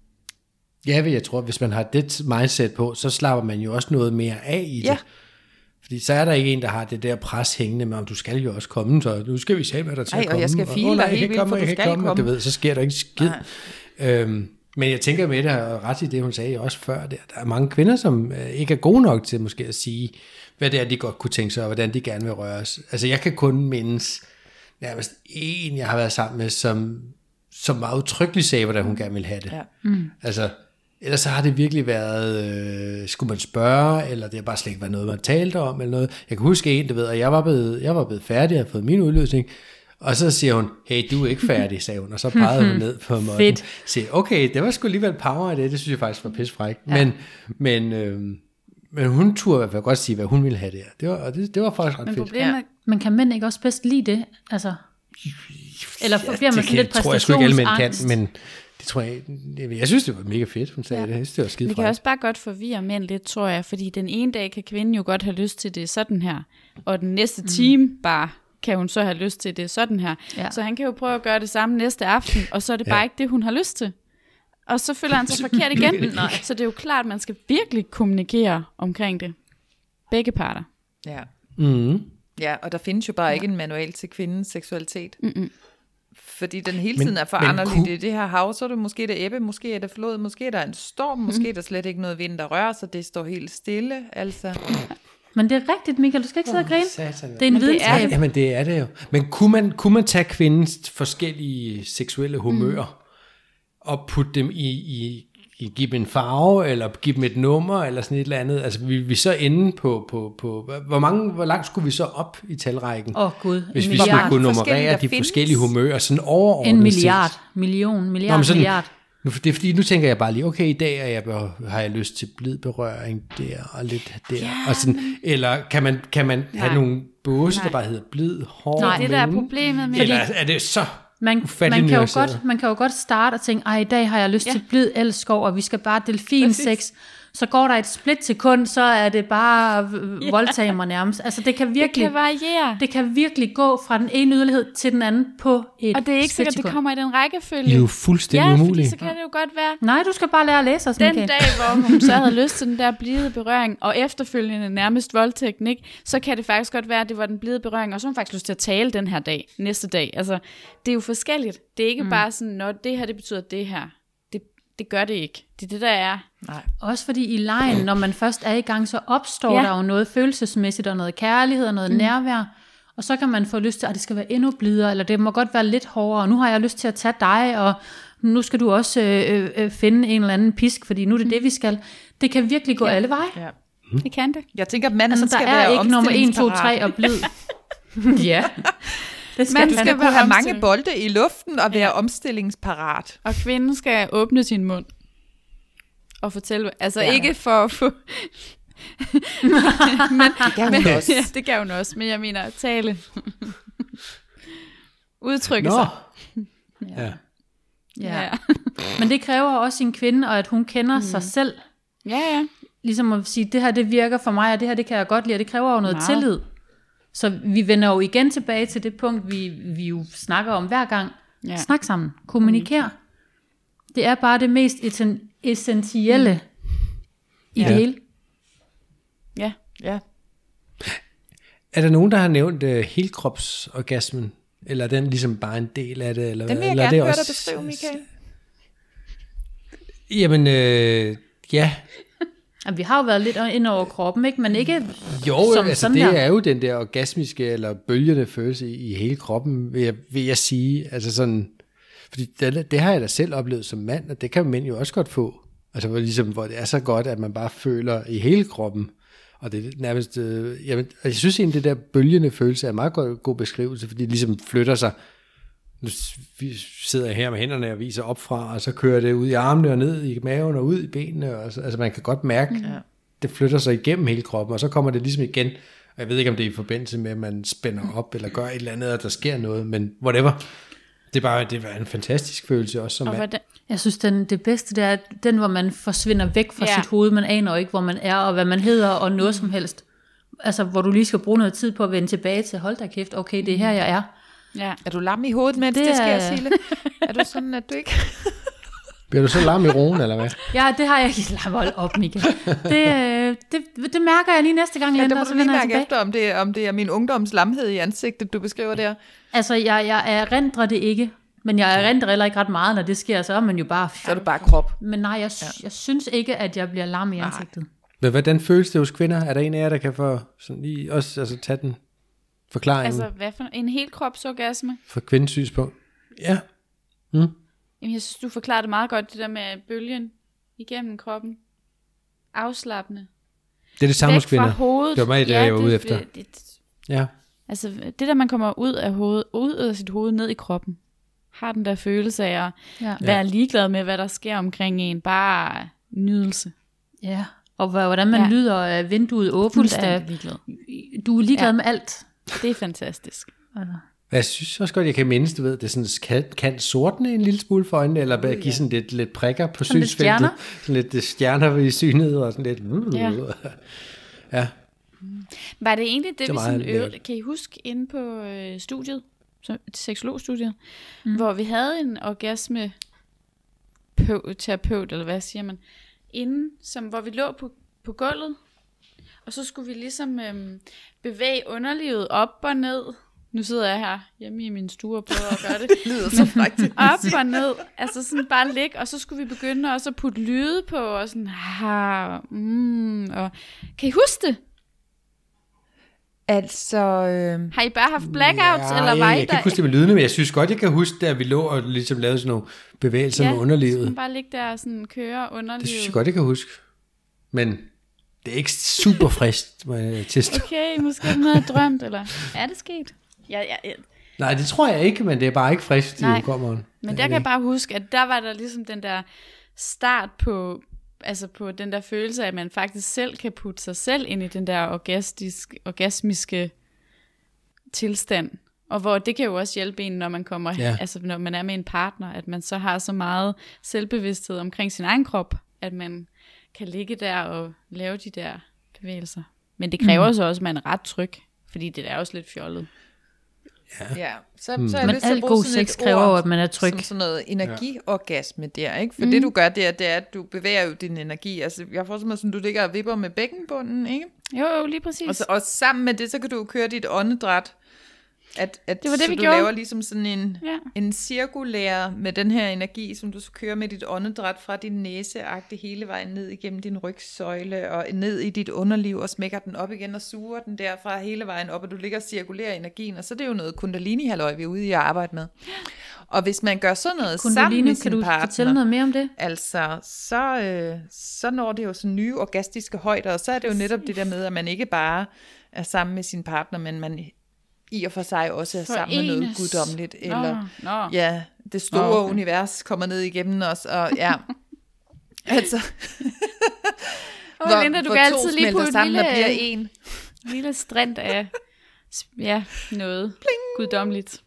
Ja, jeg tror, hvis man har det mindset på, så slapper man jo også noget mere af i det. Ja. Fordi så er der ikke en, der har det der pres hængende med, om du skal jo også komme, så nu skal vi se, hvad der til Ej, at og komme. jeg skal file åh, nej, dig helt jeg kan vildt, komme, for jeg du kan skal komme, og komme. Du ved, så sker der ikke skid. Nej. Øhm, men jeg tænker med det her ret i det, hun sagde også før, der, der er mange kvinder, som øh, ikke er gode nok til måske at sige, hvad det er, de godt kunne tænke sig, og hvordan de gerne vil røres. Altså jeg kan kun mindes nærmest en, jeg har været sammen med, som, som meget udtrykkeligt sagde, hvordan hun gerne ville have det. Ja. Mm. Altså, ellers så har det virkelig været, øh, skulle man spørge, eller det har bare slet ikke været noget, man talte om, eller noget. Jeg kan huske en, du ved, og jeg var blevet, jeg var blevet færdig, jeg havde fået min udløsning, og så siger hun, hey, du er ikke færdig, sagde hun, og så pegede hun ned på måtten. Fedt. Siger, okay, det var sgu alligevel power i det, det synes jeg faktisk var pissefræk. Ja. Men, men, øh, men hun turde i hvert fald godt sige, hvad hun ville have der. Det var, og det, det var faktisk ret Men fedt. problemet er, Men kan mænd ikke også bedst lide det? Altså, eller bliver man det sådan lidt kan- tror jeg sgu ikke alle mænd kan, præstationsangst? men det tror jeg, jeg, jeg synes, det var mega fedt, hun sagde ja. det. Jeg synes, det var skide det kan frækt. også bare godt forvirre mænd lidt, tror jeg, fordi den ene dag kan kvinden jo godt have lyst til det sådan her, og den næste mm. time bare kan hun så have lyst til det sådan her. Ja. Så han kan jo prøve at gøre det samme næste aften, og så er det bare Ja. ikke det, hun har lyst til. Og så føler han sig forkert igen. Nej. Så det er jo klart, at man skal virkelig kommunikere omkring det. Begge parter. Ja. Mm. Ja, og der findes jo bare ja. ikke en manual til kvindens seksualitet. Mm-mm. Fordi den hele Men- tiden er men foranderlig. kunne- I det her hav, så er det måske der ebbe, måske er der flod, måske er der en storm, måske er der slet ikke noget vind, der rører sig, det står helt stille. Altså, Men det er rigtigt, Michael, du skal ikke sidde og grine. Satan. Det er en Men det er videnskab. det. Jamen det er det jo. Men kunne man, kunne man tage kvindens forskellige seksuelle humører mm. og putte dem i, i, i, give dem en farve, eller give dem et nummer, eller sådan et eller andet? Altså vi, vi så ende på, på, på hvor, mange, hvor langt skulle vi så op i talrækken? Åh oh, gud, Hvis en vi skulle milliard. kunne forskellige, nummerere der de findes. forskellige humører, sådan overordnet En set. milliard, million, milliard, Nå, men sådan- milliard. Nu, det er fordi, nu tænker jeg bare lige, okay, i dag er jeg, har jeg lyst til blid berøring der, og lidt der, Ja, og sådan, eller kan man, kan man have nogle båse, Nej. der bare hedder blid, hård, Nej, Det der er mellem? problemet med Eller er det så Man, ufattelig man, kan jo nuanceret? godt, man kan jo godt starte og tænke, ej, i dag har jeg lyst Ja. ja. til blid elskov, og vi skal bare delfinsex. Så går der et split sekund, så er det bare Ja. voldtage mig nærmest. Altså det kan det virkelig, kan variere. det kan virkelig gå fra den ene yderlighed til den anden på et Og det er ikke sikkert, det splitsekund. kommer i den rækkefølge. Det er jo fuldstændig ja, umuligt. fordi så kan det jo godt være, Nej, du skal bare lære at læse os, den Michael. dag, hvor hun så havde lyst til den der blide berøring, og efterfølgende nærmest voldtægten, ikke, så kan det faktisk godt være, at det var den blide berøring, og så har hun faktisk lyst til at tale den her dag, næste dag. Altså, det er jo forskelligt. Det er ikke mm. bare sådan, når det her, det betyder det her. Det, det gør det ikke. Det er det, der er. Nej. Også fordi i lejen, når man først er i gang, så opstår Ja. ja. der jo noget følelsesmæssigt, og noget kærlighed, og noget mm. nærvær. Og så kan man få lyst til, at det skal være endnu blidere, eller det må godt være lidt hårdere, og nu har jeg lyst til at tage dig, og nu skal du også øh, øh, finde en eller anden pisk, fordi nu er det mm. det, vi skal. Det kan virkelig gå Ja. ja. alle veje. Ja. Det kan det. Jeg tænker, at manden Altså, der skal er være ikke nummer et, to, omstillingsparat. tre og blid. ja. Det skal Man Du skal skal være kunne have mange omstilling. bolde i luften og være omstillingsparat. Og kvinden skal åbne sin mund og fortælle, altså Ja. ja. ikke for at få... Men, det kan hun også. Ja, det kan hun også, men jeg mener tale. Udtrykke Nå. sig. Ja. Ja. Ja. Men det kræver også en kvinde, og at hun kender mm. sig selv. Ja, ja. Ligesom at sige, det her det virker for mig, og det her det kan jeg godt lide, og det kræver jo noget Meget. tillid. Så vi vender jo igen tilbage til det punkt, vi, vi jo snakker om hver gang. Ja. Ja. Snak sammen, kommuniker. Det er bare det mest essen- essentielle mm. i Ja. det hele. Ja. Ja. Er der nogen, der har nævnt uh, helkropsorgasmen? Eller er den ligesom bare en del af det? Eller, Den vil jeg eller er gerne det høre også- dig beskrive, Michael. Jamen, øh, ja. Og vi har jo været lidt ind over kroppen, ikke? Men ikke Jo, som altså sådan det her. er jo den der orgasmiske eller bølgende følelse i, i hele kroppen, vil jeg, vil jeg sige. Altså sådan, fordi det, det har jeg da selv oplevet som mand, og det kan mænd jo også godt få. Altså hvor, ligesom, hvor det er så godt, at man bare føler i hele kroppen. Og det er nærmest, øh, jamen, og jeg synes egentlig, det der bølgende følelse er en meget god, god beskrivelse, fordi det ligesom flytter sig. Nu vi sidder her med hænderne og viser op fra, og så kører det ud i armene og ned i maven og ud i benene. Og så, altså man kan godt mærke, mm. det flytter sig igennem hele kroppen, og så kommer det ligesom igen. Og jeg ved ikke, om det er i forbindelse med, at man spænder op, eller gør et eller andet, og der sker noget, men whatever. Det er bare det var en fantastisk følelse også som Og mand. hvordan, Jeg synes, den, det bedste, det er den, hvor man forsvinder væk fra Ja. ja. sit hoved. Man aner jo ikke, hvor man er, og hvad man hedder, og noget som helst. Altså, hvor du lige skal bruge noget tid på at vende tilbage til, hold da kæft, okay, det er her, jeg er. ja. Er du lam i hovedet, mens det, Det det sker, er- Sille? Er du sådan, at du ikke... Bliver du så larm i roen, eller hvad? Ja, det har jeg ikke. Lad mig holde op, Michael. Det, øh, det, det mærker jeg lige næste gang, Ja, Linda, der må og så du lige vender jeg mærke tilbage. efter, om det, om det er min ungdoms lamhed i ansigtet, du beskriver der. Altså, jeg, jeg erindrer det ikke, men jeg erindrer heller ikke ret meget, når det sker, så er man jo bare... Så er du bare krop. Men nej, jeg, jeg synes ikke, at jeg bliver lam i ansigtet. Men hvordan føles det hos kvinder? Er der en af jer, der kan få sådan lige også altså, tage den forklaring Altså, hvad for en hel kropsorgasme? fra kvindens synspunkt? Ja. Mm. Jamen, jeg synes, du forklarer det meget godt, det der med bølgen igennem kroppen. Afslappende. Det er det samme hos Væk kvinder. fra hovedet. Det var mig, det jeg var ude efter. Det, det, Ja. altså, det der, man kommer ud af hovedet, ud af sit hoved, ned i kroppen, har den der følelse af at Ja. være ligeglad med, hvad der sker omkring en. Bare nydelse. Ja, og hvordan man Ja. ja. lyder af vinduet åbent. Fuldstændig Af, ligeglad. du er ligeglad Ja. ja. med alt. Det er fantastisk. Altså. Jeg synes også godt, jeg kan mindes, du ved, det er sådan, kan, kan sortne en lille smule for øjnene, eller bare give sådan lidt, lidt prikker på Sådan lidt synsfeltet. stjerner. Sådan lidt øh, stjerner i synet, og sådan lidt... Ja. Ja. Var det egentlig det, Så vi meget sådan lækkert. øvede? Kan I huske inde på øh, studiet, så, seksologstudiet, mm. hvor vi havde en orgasme terapeut, eller hvad siger man, inden, som, hvor vi lå på, på gulvet, og så skulle vi ligesom øhm, bevæge underlivet op og ned. Nu sidder jeg her hjemme i min stue og prøver at gøre det. Det lyder så frækt. Op og ned, altså sådan bare ligge, og så skulle vi begynde også at putte lyde på, og sådan, ha, mm, og kan I huske det? Altså, øh, Har I bare haft blackouts, ja, eller var jeg, I jeg kan der? ikke huske det med lydene, men jeg synes godt, jeg kan huske det, at vi lå og ligesom lavede sådan nogle bevægelser med så underlivet. man bare ligge der og sådan køre underlivet. Det synes jeg godt, jeg kan huske. Men det er ikke super frist, må jeg tilstå. Okay, måske er det noget, jeg drømt, eller er det sket? Ja, ja, ja. Nej, det tror jeg ikke, men det er bare ikke frisk i hukommeren. Men der kan jeg bare huske, at der var der ligesom den der start på, altså på den der følelse af, at man faktisk selv kan putte sig selv ind i den der orgastisk, orgasmiske tilstand. Og hvor det kan jo også hjælpe en, når man kommer, ja. altså når man er med en partner, at man så har så meget selvbevidsthed omkring sin egen krop, at man kan ligge der og lave de der bevægelser. Men det kræver mm. så også, at man er ret tryg, fordi det er også lidt fjollet. Ja, ja. Så, mm. så er Men alt god sex kræver jo, at man er tryg. Som sådan noget energiorgasme der, ikke? For mm. det du gør der, det er, at du bevæger jo din energi. Altså, jeg får sådan, at du ligger og vipper med bækkenbunden, ikke? Jo, jo, lige præcis. Og, så, og sammen med det, så kan du køre dit åndedræt. At, at det var det, så vi du gjorde. laver ligesom sådan en, ja. en cirkulær med den her energi, som du så kører med dit åndedræt fra din næseagte hele vejen ned igennem din rygsøjle og ned i dit underliv og smækker den op igen og suger den derfra hele vejen op, og du ligger og cirkulerer energien, og så er det jo noget kundalini-halløj, vi er ude i at arbejde med. Og hvis man gør sådan noget kundalini, sammen med sin kan du partner, fortælle noget mere om det? Altså, så, øh, så når det jo sådan nye orgastiske højder, og så er det jo netop det der med, at man ikke bare er sammen med sin partner, men man i og for sig også er sammen med noget guddommeligt, eller nå, nå. ja, det store nå, okay. univers kommer ned igennem os, og ja, altså, oh, hvor, Linda, du hvor kan to altid lige smelter putte sammen lille, og bliver en. lille strand af, ja, noget Pling. Guddommeligt.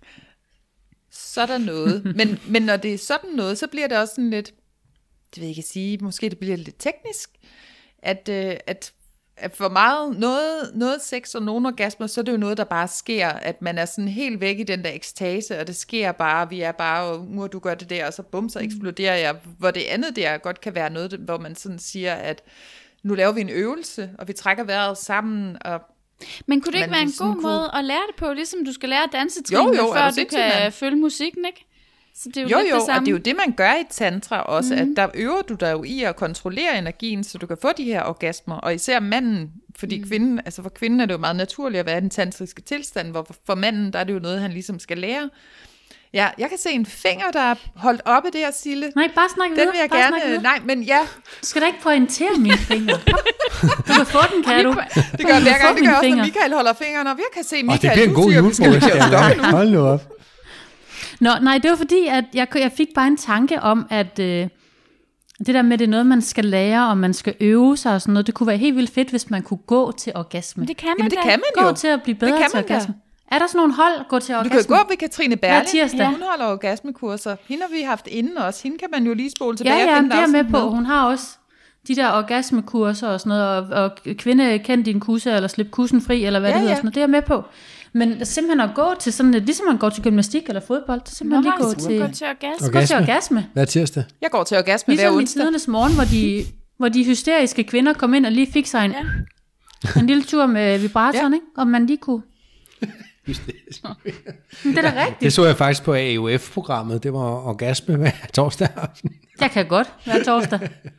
Sådan noget, men, men når det er sådan noget, så bliver det også sådan lidt, det vil jeg ikke sige, måske det bliver lidt teknisk, at, øh, at at for meget, noget, noget sex og nogle orgasmer, så er det jo noget, der bare sker, at man er sådan helt væk i den der ekstase, og det sker bare, vi er bare, og nu du gør det der, og så bum, så eksploderer jeg. Hvor det andet der godt kan være noget, hvor man sådan siger, at nu laver vi en øvelse, og vi trækker vejret sammen, og men kunne det ikke være en god kunne... måde at lære det på, ligesom du skal lære at danse trinene, før du kan man... følge musikken, ikke? Så det er jo, jo, lidt jo det samme. Og det er jo det, man gør i tantra også, mm-hmm. at der øver du dig jo i at kontrollere energien, så du kan få de her orgasmer, og især manden, fordi mm. kvinden, altså for kvinden er det jo meget naturligt at være i den tantriske tilstand, hvor for manden, der er det jo noget, han ligesom skal lære. Ja, jeg kan se en finger, der er holdt oppe der, Sille. Nej, bare snak videre. Den vil jeg bare gerne, nej, men ja. Du skal da ikke pointere mine fingre. Du kan få den, kan du. Det gør hver gang, det gør også, når Michael holder fingeren op. Jeg kan se Michael, oh, det bliver en god julefrokost. Hold nu op. Nå, nej, det var fordi, at jeg, jeg fik bare en tanke om, at øh, det der med, det er noget, man skal lære, og man skal øve sig og sådan noget, det kunne være helt vildt fedt, hvis man kunne gå til orgasme. Det kan man Jamen, det da. kan man gå jo. til at blive bedre til orgasme. Da. Er der sådan nogle hold, gå til orgasme? Du kan gå ved Katrine Berling, ja. hun holder orgasmekurser. Hende har vi haft inden også. Hende kan man jo lige spole tilbage ja, ja, og finde det er med på. Med. Hun har også de der orgasmekurser og sådan noget, og, og kvinde kend din kusse, eller slip kussen fri, eller hvad ja, det hedder, ja. Sådan noget. Det er med på. Men simpelthen at gå til sådan, ligesom man går til gymnastik eller fodbold, så simpelthen Nå, lige gå til, gå til orgasme. Gå til orgasme. Hver tirsdag. Jeg går til orgasme ligesom hver onsdag. Ligesom i tidernes morgen, hvor de, hvor de hysteriske kvinder kom ind og lige fik sig en, ja. en lille tur med vibratoren, ja. Ikke? Og man lige kunne... Hysteriske det er da rigtigt. Det så jeg faktisk på A U F-programmet. Det var orgasme hver torsdag aften. Jeg kan godt hver torsdag.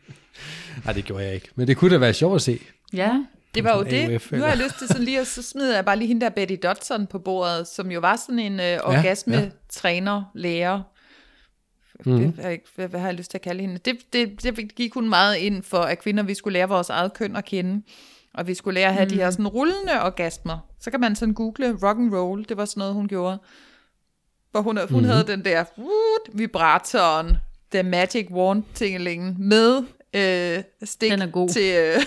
Nej, det gjorde jeg ikke. Men det kunne da være sjovt at se. Ja. Det var jo det. A U F, nu har jeg lyst til sådan lige, og så smider jeg bare lige hende der Betty Dodson på bordet, som jo var sådan en øh, orgasme-træner, ja. lærer. Mm. Det, hvad, hvad, hvad har jeg lyst til at kalde hende? Det, det, det gik hun meget ind for, at kvinder, vi skulle lære vores eget køn at kende. Og vi skulle lære at have mm. de her sådan rullende orgasmer. Så kan man sådan google rock and roll. Det var sådan noget, hun gjorde. Hvor hun, hun mm. havde den der uh, vibratoren, the magic wand tingelingen med øh, stik den er god. til... Øh,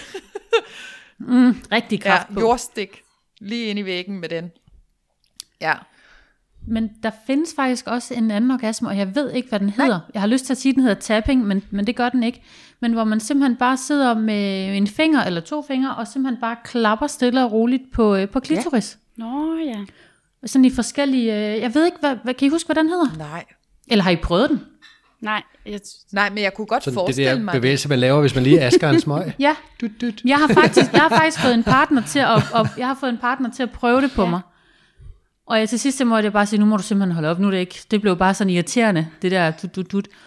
mm, rigtig kraft ja, jordstik lige ind i væggen med den. Ja. Men der findes faktisk også en anden orgasme, og jeg ved ikke, hvad den hedder. Nej. Jeg har lyst til at sige, at den hedder tapping, men, men det gør den ikke. Men hvor man simpelthen bare sidder med en finger eller to fingre, og simpelthen bare klapper stille og roligt på, på klitoris. Ja. Nå ja. Sådan i forskellige... Jeg ved ikke, hvad, hvad, kan I huske, hvad den hedder? Nej. Eller har I prøvet den? Nej. Jeg... Nej, men jeg kunne godt sådan forestille mig... det der bevægelse, man laver, hvis man lige asker en smøg. Ja. Dut, dut. Jeg har faktisk, jeg har faktisk fået en partner til at, og jeg har fået en partner til at prøve det på ja. mig. Og jeg til sidst så måtte jeg bare sige, nu må du simpelthen holde op, nu er det ikke, det blev bare sådan irriterende, det der tut, tut, tut.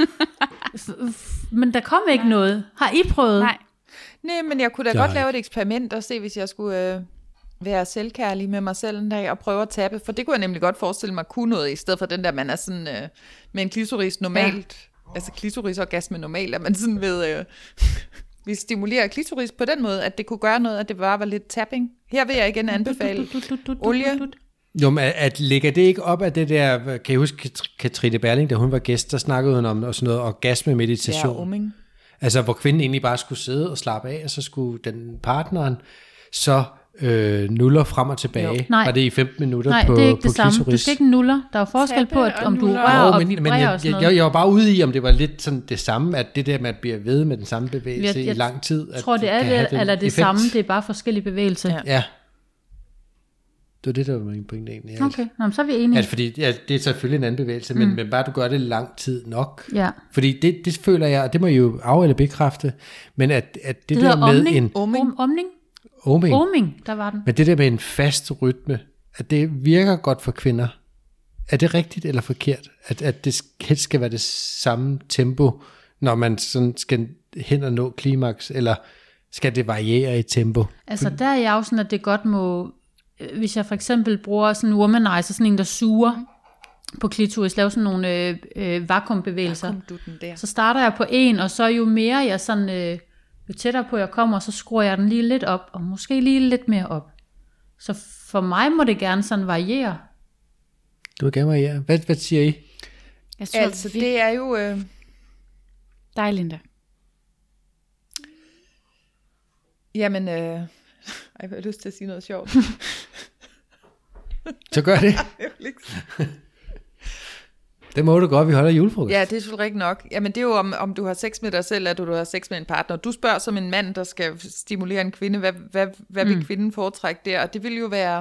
Men der kom ikke Nej. noget. Har I prøvet? Nej. Nej, men jeg kunne da det godt lave et eksperiment og se, hvis jeg skulle øh, være selvkærlig med mig selv en dag og prøve at tappe, for det kunne jeg nemlig godt forestille mig kunne noget, i stedet for den der, man er sådan øh, med en klitoris normalt, ja. altså klitorisorgasme normalt, at man sådan ved, øh, vi stimulerer klitoris på den måde, at det kunne gøre noget, at det bare var lidt tapping. Her vil jeg igen anbefale olie. Jo, men at, at lægger det ikke op af det der, kan jeg huske Katrine Berling, da hun var gæst, der snakkede hun om sådan noget orgasme-meditation. Ja, oming. Altså, hvor kvinden egentlig bare skulle sidde og slappe af, og så skulle den partneren så øh, nuller frem og tilbage. Var det i femten minutter Nej, på, det er ikke på det samme. klitoris? Du skal ikke nuller. Der er jo forskel Tappe på, at, og om du nuller. rører Jo, og men, vibrerer men jeg, og sådan jeg, noget. jeg, jeg var bare ude i, om det var lidt sådan det samme, at det der med at blive ved med den samme bevægelse Jeg- jeg i lang tid. Jeg tror, det er kan have det, den eller det effekt. samme. Det er bare forskellige bevægelser. Ja. Ja. Det var det, der var min pointe egentlig. at- Okay, Nå, men så er vi enige. At fordi, ja, det er selvfølgelig en anden bevægelse, men, mm. men bare du gør det lang tid nok. Ja. Fordi det, det føler jeg, og det må I jo af- eller bekræfte, men at, at det, Det der hedder med omning. en Oming. Om, omning. oming, Oming, der var den. men det der med en fast rytme, at det virker godt for kvinder. Er det rigtigt eller forkert? At, at det helst skal være det samme tempo, når man sådan skal hen og nå klimaks, eller skal det variere i tempo? Altså der er jeg jo sådan, at det godt må, øh, hvis jeg for eksempel bruger sådan en womanizer, sådan en, der suger på klitoris, laver sådan nogle øh, øh, vakuumbevægelser, Kom du den der. så starter jeg på en, og så jo mere jeg sådan, øh, jo tættere på jeg kommer, så skruer jeg den lige lidt op, og måske lige lidt mere op. Så for mig må det gerne sådan variere. Du vil gerne variere. Hvad, hvad siger I? Jeg tror, Altså, det er jo... Øh, dig, Linda. jamen, øh, ej, jeg har lyst til at sige noget sjovt. Så gør det. Det må du godt, vi holder julefrokost. Ja, det er selvfølgelig rigtigt nok. Jamen, det er jo om, om du har sex med dig selv, eller du har sex med en partner. Du spørger som en mand, der skal stimulere en kvinde, hvad, hvad, hvad vil Mm. kvinden foretrække der? Og det vil jo være,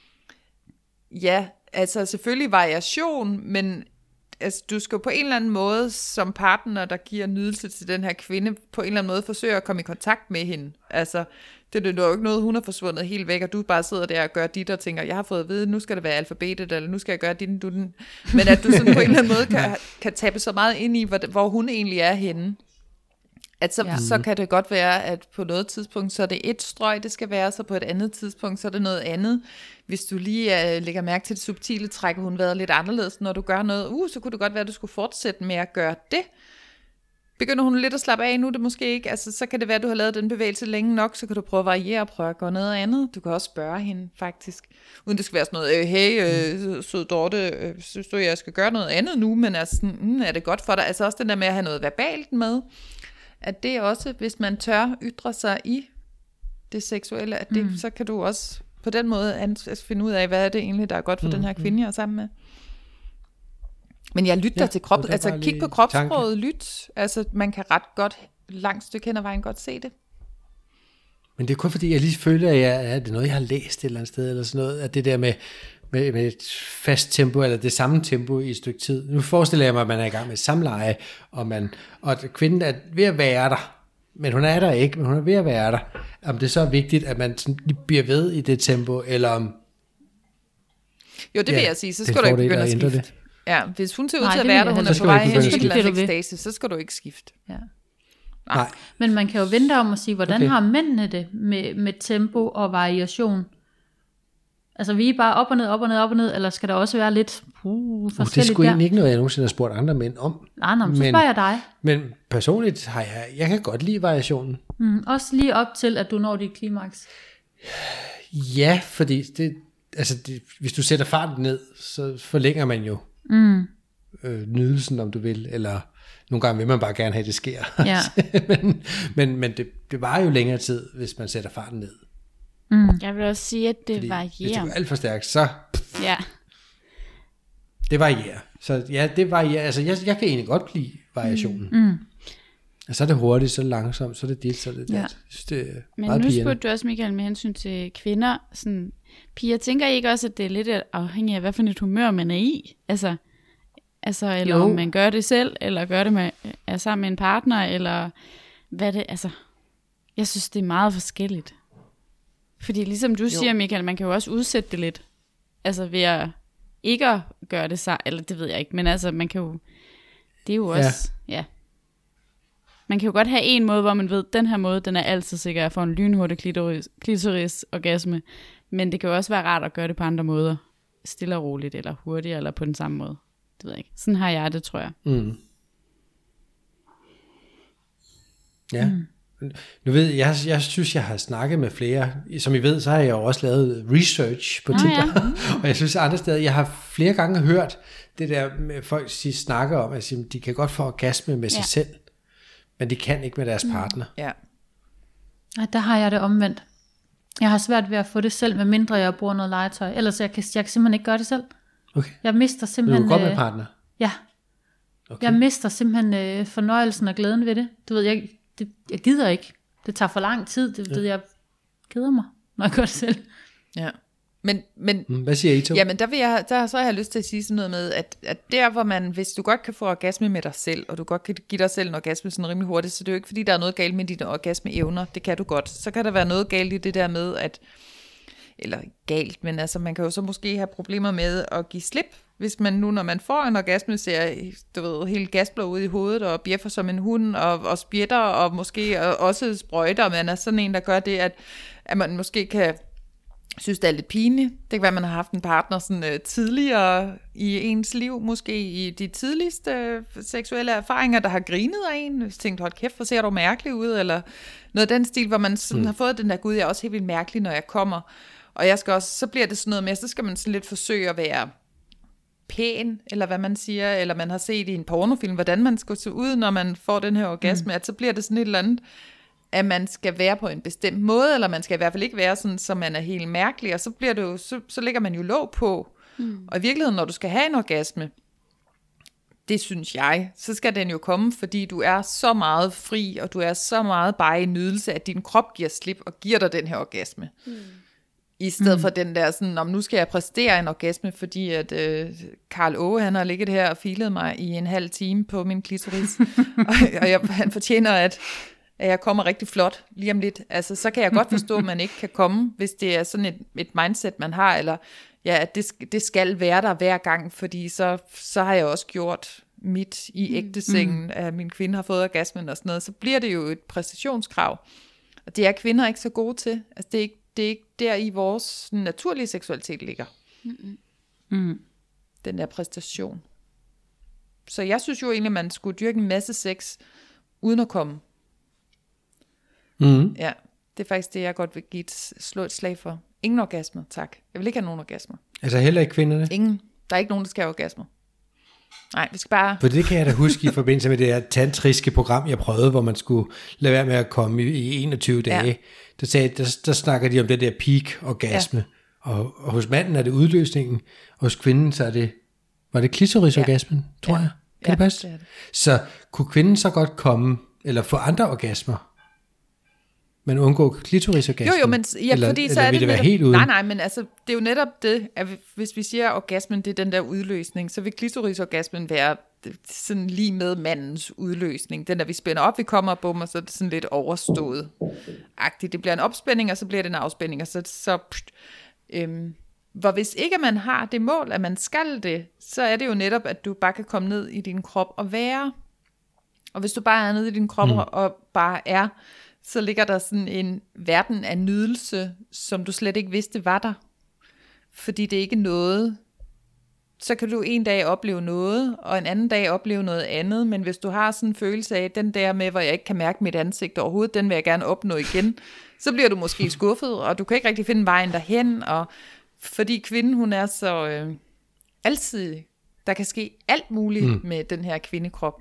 ja, altså selvfølgelig variation, men altså, du skal jo på en eller anden måde som partner, der giver nydelse til den her kvinde, på en eller anden måde forsøge at komme i kontakt med hende. Altså, det er jo ikke noget, hun har forsvundet helt væk, og du bare sidder der og gør dit og tænker, jeg har fået at vide, nu skal det være alfabetet, eller nu skal jeg gøre din, du den. Men at du sådan på en eller anden måde kan, kan tabe så meget ind i, hvor, hvor hun egentlig er henne. At så, Ja. ja. så kan det godt være, at på noget tidspunkt, så er det et strøg, det skal være, så på et andet tidspunkt, så er det noget andet. Hvis du lige uh, lægger mærke til det subtile træk, hun været lidt anderledes, når du gør noget, uh, så kunne det godt være, at du skulle fortsætte med at gøre det. Begynder hun lidt at slappe af nu, det måske ikke, altså så kan det være, at du har lavet den bevægelse længe nok, så kan du prøve at variere og prøve at gøre noget andet. Du kan også spørge hende faktisk, uden det skal være sådan noget, øh, hey øh, sød Dorte, øh, synes du, jeg skal gøre noget andet nu, men altså, sådan, mm, er det godt for dig? Altså også den der med at have noget verbalt med, at det også, hvis man tør ytre sig i det seksuelle, at det, mm. så kan du også på den måde ans- finde ud af, hvad er det egentlig, der er godt for mm. den her kvinde, jeg er sammen med. Men jeg lytter Ja, ja, til krop, det var altså bare kig lige på kropssproget, lyt, altså man kan ret godt, langt stykke hen ad vejen godt se det. Men det er kun fordi, jeg lige føler, at jeg, er det noget, jeg har læst et eller andet sted, eller sådan noget, at det der med, med, med et fast tempo, eller det samme tempo i et stykke tid. Nu forestiller jeg mig, at man er i gang med et samleje, og, man, og at kvinden er ved at være der, men hun er der ikke, men hun er ved at være der. Om det så er vigtigt, at man sådan lige bliver ved i det tempo, eller om... Jo, det Ja, vil jeg sige, så det er skal du ikke fordel begynde at at ændre skifte. Ja, hvis hun ser ud Nej, til at det være vil der, jeg hun heller er ikke. på vej Så skal hen du til ikke en eller anden begynde at ekstase, så skal du ikke skifte. Ja. Nej. Men man kan jo vente om at sige, hvordan Okay. okay. har mændene det med, med tempo og variation? Altså vi er bare op og ned, op og ned, op og ned, eller skal der også være lidt uh, Uh, det er forskelligt sgu der? egentlig ikke noget, jeg nogensinde har spurgt andre mænd om. Nej, nej, men så Men- spørger jeg dig. Men personligt har jeg, jeg kan godt lide variationen. Mm, også lige op til, at du når dit klimaks. Ja, fordi det, altså det, hvis du sætter farten ned, så forlænger man jo Mm, øh, nydelsen, om du vil, eller nogle gange vil man bare gerne have, at det sker. ja. men men, men det, det varer jo længere tid, hvis man sætter farten ned. Mm. Jeg vil også sige, at det Fordi hvis det varierer. går alt for stærkt, så Ja. det varierer. Så ja, det varierer. Altså, jeg, jeg kan egentlig godt lide variationen. Mm. Og så er det hurtigt, så er det langsomt, så er det dit, så er det dat. Ja. Jeg synes, det er Men meget nu pigerne. spurgte du også, Michael, med hensyn til kvinder. Sådan, piger, tænker I ikke også, at det er lidt afhængigt af, hvad for et humør man er i? Altså, altså eller Jo. om man gør det selv, eller gør det med, er sammen med en partner, eller hvad det, altså, jeg synes, det er meget forskelligt. Fordi ligesom du jo. siger, Michael, man kan jo også udsætte det lidt. Altså ved at ikke at gøre det så, eller det ved jeg ikke, men altså, man kan jo, det er jo også, ja. ja. Man kan jo godt have en måde, hvor man ved, at den her måde, den er altid sikker, at jeg får en lynhurtig klitoris, klitoris orgasme, men det kan jo også være rart at gøre det på andre måder. Stille og roligt, eller hurtigt, eller på den samme måde. Det ved jeg ikke. Sådan har jeg det, tror jeg. Mm. Ja, mm. nu ved jeg, jeg, jeg synes, jeg har snakket med flere, som I ved, så har jeg jo også lavet research på Tinder, oh, ja. Og jeg synes andre steder, jeg har flere gange hørt det der med folk sige, snakker om, at de kan godt få orgasme med sig ja. selv, men de kan ikke med deres partner. Ja. Nej, der har jeg det omvendt. Jeg har svært ved at få det selv, medmindre jeg bruger noget legetøj. Ellers jeg kan jeg kan simpelthen ikke gøre det selv. Okay. Jeg mister simpelthen... Du er godt med partner? Ja. Okay. Jeg mister simpelthen øh, fornøjelsen og glæden ved det. Du ved, jeg, det, jeg gider ikke. Det tager for lang tid. Det, ja. det, jeg keder mig, når jeg gør det selv. Ja. Men, men, Hvad siger I to? Jamen, der, vil jeg, der så har jeg lyst til at sige sådan noget med, at, at der hvor man, hvis du godt kan få orgasme med dig selv, og du godt kan give dig selv en orgasme sådan rimelig hurtigt, så det er jo ikke fordi, der er noget galt med dine orgasmeevner. Det kan du godt. Så kan der være noget galt i det der med, at, eller galt, men altså man kan jo så måske have problemer med at give slip, hvis man nu, når man får en orgasme, ser, du ved, helt gasblå ud i hovedet, og bjeffer som en hund, og, og spjætter, og måske også sprøjter, man er sådan en, der gør det, at, at man måske kan synes, det er lidt pinligt. Det kan være, at man har haft en partner sådan, uh, tidligere i ens liv, måske i de tidligste uh, seksuelle erfaringer, der har grinet af en, og tænkt, hold kæft, hvor ser du mærkelig ud, eller noget af den stil, hvor man sådan, mm. har fået den der, gud, jeg er også helt vildt mærkelig, når jeg kommer, og jeg skal også, så bliver det sådan noget med, så skal man sådan lidt forsøge at være pæn, eller hvad man siger, eller man har set i en pornofilm, hvordan man skal se ud, når man får den her orgasme, mm. at så bliver det sådan et eller andet, at man skal være på en bestemt måde, eller man skal i hvert fald ikke være sådan, så man er helt mærkelig, og så bliver det jo, så, så lægger man jo låg på. Mm. Og i virkeligheden, når du skal have en orgasme, det synes jeg, så skal den jo komme, fordi du er så meget fri, og du er så meget bare i nydelse, at din krop giver slip, og giver dig den her orgasme. Mm. I stedet mm. for den der sådan, om nu skal jeg præstere en orgasme, fordi at øh, Karl Åge, han har ligget her og filet mig i en halv time på min klitoris, og, og jeg, han fortjener, at at jeg kommer rigtig flot lige om lidt. Altså, så kan jeg godt forstå, at man ikke kan komme, hvis det er sådan et, et mindset, man har, eller ja, at det, det skal være der hver gang, fordi så, så har jeg også gjort mit i ægtesengen, mm. at min kvinde har fået orgasmen og sådan noget, så bliver det jo et præstationskrav. Og det er kvinder ikke så gode til. Altså, det er ikke, det er ikke der i vores naturlige seksualitet ligger. Mm. Mm. Den der præstation. Så jeg synes jo egentlig, at man skulle dyrke en masse sex, uden at komme. Mm. Ja, det er faktisk det, jeg godt vil give et, slå et slag for. Ingen orgasmer, tak. Jeg vil ikke have nogen orgasmer. Altså heller ikke kvinderne? Ingen. Der er ikke nogen, der skal have orgasmer. Nej, vi skal bare... For det kan jeg da huske i forbindelse med det her tantriske program, jeg prøvede, hvor man skulle lade være med at komme i, i enogtyve dage. Ja. Der, sagde, der, der snakker de om det der peak-orgasme. Ja. Og, og hos manden er det udløsningen, og hos kvinden så er det... Var det klitorisorgasmen, ja. tror jeg? Kan ja, det passe? Det er det. Så kunne kvinden så godt komme, eller få andre orgasmer, men undgå klitorisorgasmen? Jo, jo, men ja, eller, fordi eller så er det, det være netop, helt uden? Nej, nej, men altså, det er jo netop det, at hvis vi siger, at orgasmen, det er den der udløsning, så vil klitorisorgasmen være sådan lige med mandens udløsning. Den der, vi spænder op, vi kommer og bum, og så er det sådan lidt overstået-agtigt. Det bliver en opspænding, og så bliver det en afspænding, og så... så pst, øhm, hvor hvis ikke man har det mål, at man skal det, så er det jo netop, at du bare kan komme ned i din krop og være. Og hvis du bare er nede i din krop mm. og bare er, så ligger der sådan en verden af nydelse, som du slet ikke vidste var der. Fordi det er ikke noget. Så kan du en dag opleve noget, og en anden dag opleve noget andet. Men hvis du har sådan en følelse af, den der med, hvor jeg ikke kan mærke mit ansigt overhovedet, den vil jeg gerne opnå igen, så bliver du måske skuffet, og du kan ikke rigtig finde vejen derhen. Og fordi kvinden, hun er så øh, alsidig. Der kan ske alt muligt mm. med den her kvindekrop.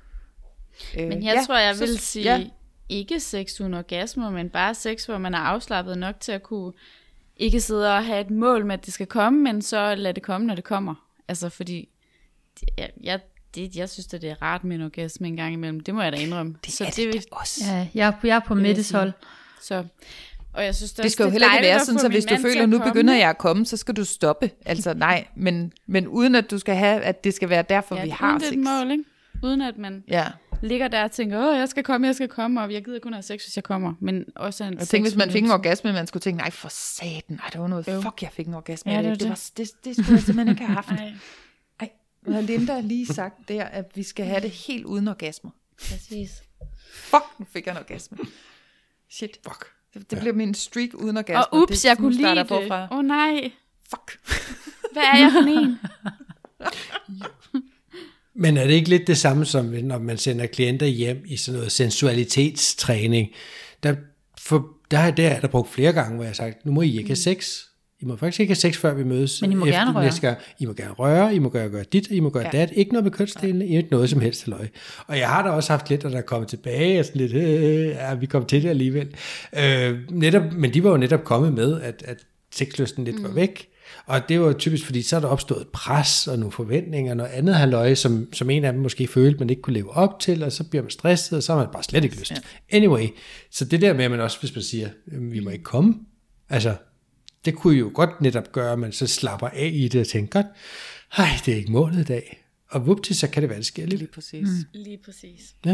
Øh, men jeg ja, tror, jeg så, vil sige... Ja. Ikke sex uden orgasmer, men bare sex, hvor man er afslappet nok til at kunne ikke sidde og have et mål med, at det skal komme, men så lade det komme, når det kommer. Altså fordi, jeg, jeg, det, jeg synes, at det er rart med en orgasme en gang imellem. Det må jeg da indrømme. Det så er det, det også. Ja, jeg, jeg er på Mettes hold. Så, og jeg synes, det, det skal jo heller ikke være sådan, så hvis du føler, at nu begynder jeg at komme, så skal du stoppe. Altså nej, men, men uden at du skal have, at det skal være derfor, ja, vi har sex. Ja, uden det et mål, ikke? Uden at man... Ja. ligger der og tænker, åh, jeg skal komme, jeg skal komme, og jeg gider kun have sex, hvis jeg kommer. Men også en jeg tænkte, hvis man fik en orgasme, man skulle tænke, nej, for satan, nej, det var noget, øv. fuck, jeg fik en orgasme. Ja, det, det, det. Var, det, det skulle jeg simpelthen ikke have haft. Ej, Ej nu har Linda lige sagt der, at vi skal have det helt uden orgasmer. Præcis. Fuck, nu fik jeg en orgasme. Shit. Fuck. Det, det ja. blev min streak uden orgasme. Og ups, det, jeg kunne lide det. Åh oh, nej. Fuck. Hvad er jeg for en? Men er det ikke lidt det samme som, når man sender klienter hjem i sådan noget sensualitetstræning? Der, for, der, der er der brugt flere gange, hvor jeg har sagt, nu må I ikke have sex. I må faktisk ikke have sex, før vi mødes. Men I må gerne røre. Næste gang. I må gerne røre, I må gøre, gøre dit, I må gøre ja. dat. Ikke noget med kønsdelene, ikke noget som helst halløj. Og jeg har da også haft lidt, at der er kommet tilbage, og sådan lidt, øh, ja, vi kom til det alligevel. Øh, netop, men de var jo netop kommet med, at, at sexlysten lidt mm. var væk. Og det var typisk, fordi så er der opstået et pres og nogle forventninger, og noget andet halløj, som, som en af dem måske følte, man ikke kunne leve op til, og så bliver man stresset, og så har man bare slet ikke lyst. Ja. Anyway, så det der med, at man også, hvis man siger, vi må ikke komme, altså, det kunne jo godt netop gøre, at man så slapper af i det og tænker, godt, hej, det er ikke målet i dag. Og vupti, så kan det være, det sker lidt. Lige præcis. Mm. Lige præcis. Ja.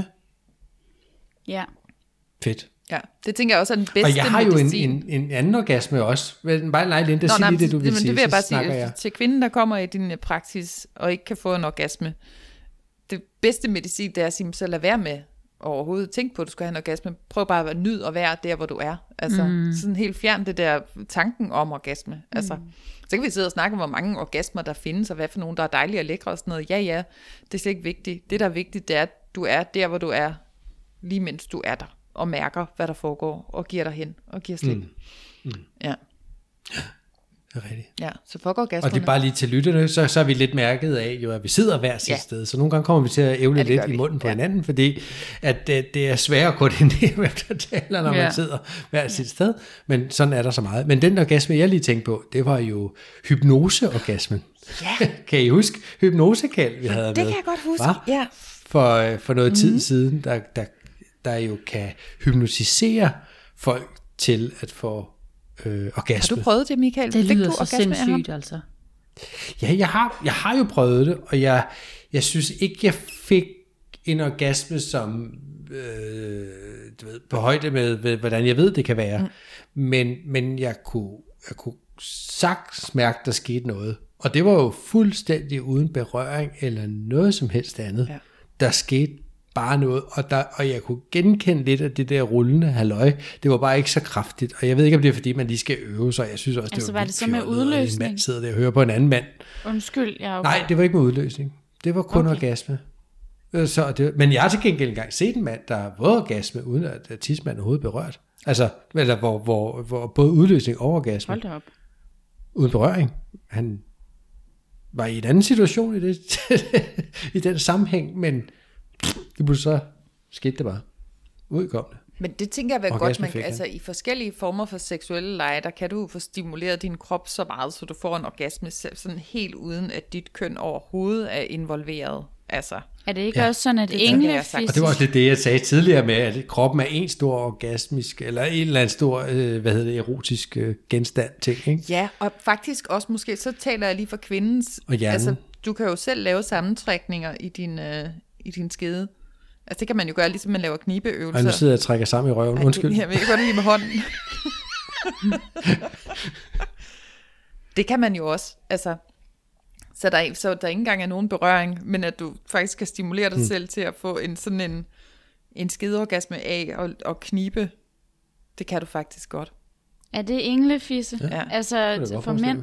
Ja. Fedt. Ja, det tænker jeg også er den bedste medicin. Og jeg har jo en, medicin. en, en anden orgasme også. Bare nej, Linda, sig lige det, du vil det, sige, det vil jeg bare så snakker sige, jeg. til kvinden, der kommer i din praksis, og ikke kan få en orgasme, det bedste medicin, det er at sige, så lad være med overhovedet tænke på, at du skal have en orgasme. Prøv bare at nyde og være der, hvor du er. Altså, mm. sådan helt fjern det der tanken om orgasme. Altså, mm. så kan vi sidde og snakke om, hvor mange orgasmer der findes, og hvad for nogen, der er dejlige og lækre og sådan noget. Ja, ja, det er slet ikke vigtigt. Det, der er vigtigt, det er, at du er der, hvor du er, lige mens du er der, og mærker, hvad der foregår, og giver dig hen, og giver slip. Mm. Mm. Ja. Det er rigtigt. Ja, så fuck orgasmerne. Og det er bare lige til lytterne, så, så er vi lidt mærket af, jo, at vi sidder hver sit ja. sted, så nogle gange kommer vi til at ævle ja, lidt i munden på ja. hinanden, fordi at det, det er svært at koordinere, hvem der taler, når ja. man sidder hver ja. sit sted, men sådan er der så meget. Men den orgasme, jeg lige tænkte på, det var jo hypnoseorgasmen. Ja. Kan I huske hypnosekald, vi havde det med? Det kan jeg godt huske, Hva? ja. For, for noget mm. tid siden, der, der, der jo kan hypnotisere folk til at få Øh, orgasme. Har du prøvet det, Michael? Det Fik lyder du så orgasme sindssygt, altså. Ja, jeg har, jeg har jo prøvet det, og jeg, jeg synes ikke, jeg fik en orgasme, som øh, du ved, på højde med, med, hvordan jeg ved, det kan være. Mm. Men, men jeg kunne, jeg kunne sagtens mærke, der skete noget. Og det var jo fuldstændig uden berøring, eller noget som helst andet. Ja. Der skete bare noget, og, der, og jeg kunne genkende lidt af det der rullende halløj. Det var bare ikke så kraftigt, og jeg ved ikke, om det er, fordi man lige skal øve sig. Jeg synes også, det altså, var, var det så med udløsning? En mand sidder der og hører på en anden mand. Undskyld, jeg er okay. Nej, det var ikke med udløsning. Det var kun okay. orgasme. Så det, men jeg har til gengæld engang set en mand, der har fået orgasme, uden at tidsmanden overhovedet berørt. Altså, eller hvor, hvor, hvor både udløsning og orgasme. Hold da op. Uden berøring. Han var i en anden situation i, det, i den sammenhæng, men det blev så skete det bare udkommende. Men det tænker jeg vel godt, man kan, altså i forskellige former for seksuelle lege, der kan du få stimuleret din krop så meget, så du får en orgasme sådan helt uden, at dit køn overhovedet er involveret. Altså, er det ikke ja. også sådan, at englefisse... Og det var også lidt det, jeg sagde tidligere med, at kroppen er en stor orgasmisk, eller en eller anden stor, øh, hvad hedder det, erotisk øh, genstand ting, ikke? Ja, og faktisk også måske, så taler jeg lige for kvindens... Og hjernen. Altså, du kan jo selv lave sammentrækninger i din, øh, i din skede. Altså det kan man jo gøre, ligesom man laver knibeøvelser. Og nu sidder jeg og trækker sammen i røven, undskyld. Ej, jeg vil godt lige med hånden. Det kan man jo også, altså... Så der, er, så der ikke engang er nogen berøring, men at du faktisk kan stimulere dig mm. selv til at få en sådan en, en skedeorgasme af og, og knibe. Det kan du faktisk godt. Er det englefisse? Ja. Altså for mænd?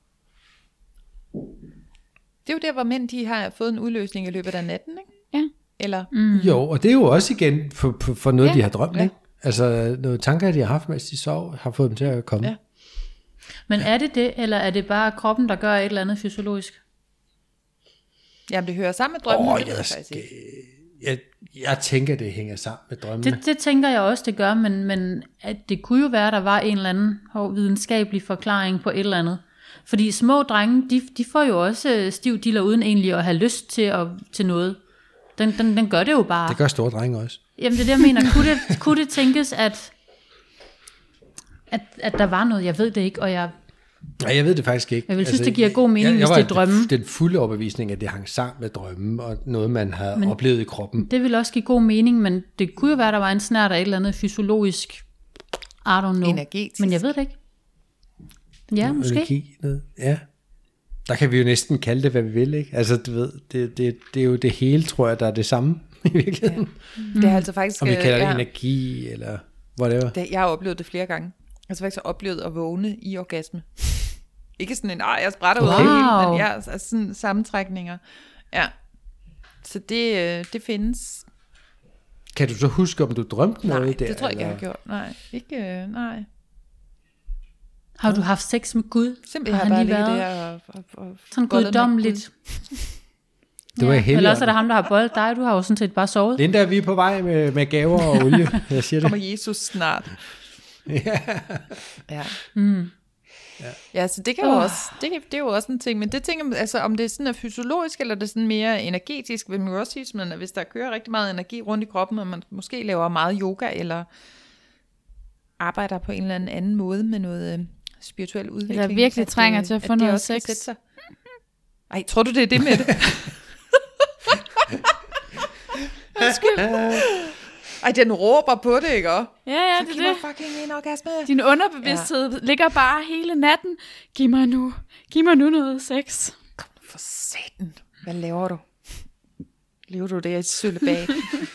Det er jo der, hvor mænd de har fået en udløsning i løbet af natten, ikke? Ja. Eller? Mm. Jo, og det er jo også igen for, for, for noget, ja. de har drømt, ja. ikke? Altså noget tanker, de har haft, mens de sov, har fået dem til at komme. Ja. Men er det det, eller er det bare kroppen, der gør et eller andet fysiologisk? Jamen, det hører sammen med drømmene. Oh, jeg, skal, jeg, jeg tænker, det hænger sammen med drømmene. Det, det tænker jeg også, det gør, men, men at det kunne jo være, der var en eller anden videnskabelig forklaring på et eller andet. Fordi små drenge, de, de får jo også stiv diller uden egentlig at have lyst til, at, til noget. Den, den, den gør det jo bare. Det gør store drenge også. Jamen, det er det, jeg mener. Kunne det, kunne det tænkes, at, at, at der var noget? Jeg ved det ikke, og jeg... Nej, jeg ved det faktisk ikke. Jeg vil synes, altså, det giver god mening, jeg, jeg hvis det er drømme. Den fulde overbevisning, at det hang sammen med drømmen, og noget, man har men oplevet i kroppen. Det vil også give god mening, men det kunne jo være, der var en snært af et eller andet fysiologisk, I don't know. Energetisk. Men jeg ved det ikke. Ja, no, måske. Energi, noget. Ja. Der kan vi jo næsten kalde det, hvad vi vil, ikke? Altså, du ved, det, det, det er jo det hele, tror jeg, der er det samme i virkeligheden. Ja. Mm. Det er altså faktisk... Om vi kalder det ja. energi, eller whatever. Det, jeg har oplevet det flere gange. Altså faktisk har oplevet at vågne i orgasme. Ikke sådan en, ej, jeg sprætter okay. ud af hele, men ja, altså sådan sammentrækninger. Ja. så det, øh, det findes. Kan du så huske, om du drømte noget Nej, der? det tror jeg ikke, jeg har eller? gjort. Nej, ikke, øh, nej. Har du haft sex med Gud? Simpelthen Har har han bare lige ligget været der og, og, og sådan bollet med guddommeligt? Det var heldigt. Eller også er det ham, der har boldet dig. Du har jo sådan set bare sovet. Linda, vi er på vej med, med gaver og olie. Jeg siger det. Kommer Jesus snart. Ja. Ja. Mm. Ja, så det kan jo oh. også, det, kan, det er jo også en ting, men det tænker altså, om det er sådan er fysiologisk, eller det er sådan mere energetisk, vil man jo også sige, at hvis der kører rigtig meget energi rundt i kroppen, og man måske laver meget yoga, eller arbejder på en eller anden, anden måde med noget øh, spirituel udvikling. Eller virkelig at, trænger øh, til at få det noget også kan sex. sætte sig. Ej, tror du det er det med det? Ej, den råber på det, ikke også? Ja, ja, Så det giv er mig det. fucking en orgasme. Din underbevidsthed ja. ligger bare hele natten. Giv mig nu, giv mig nu noget sex. Kom nu for satan. Hvad laver du? Lever du der i et søllebag?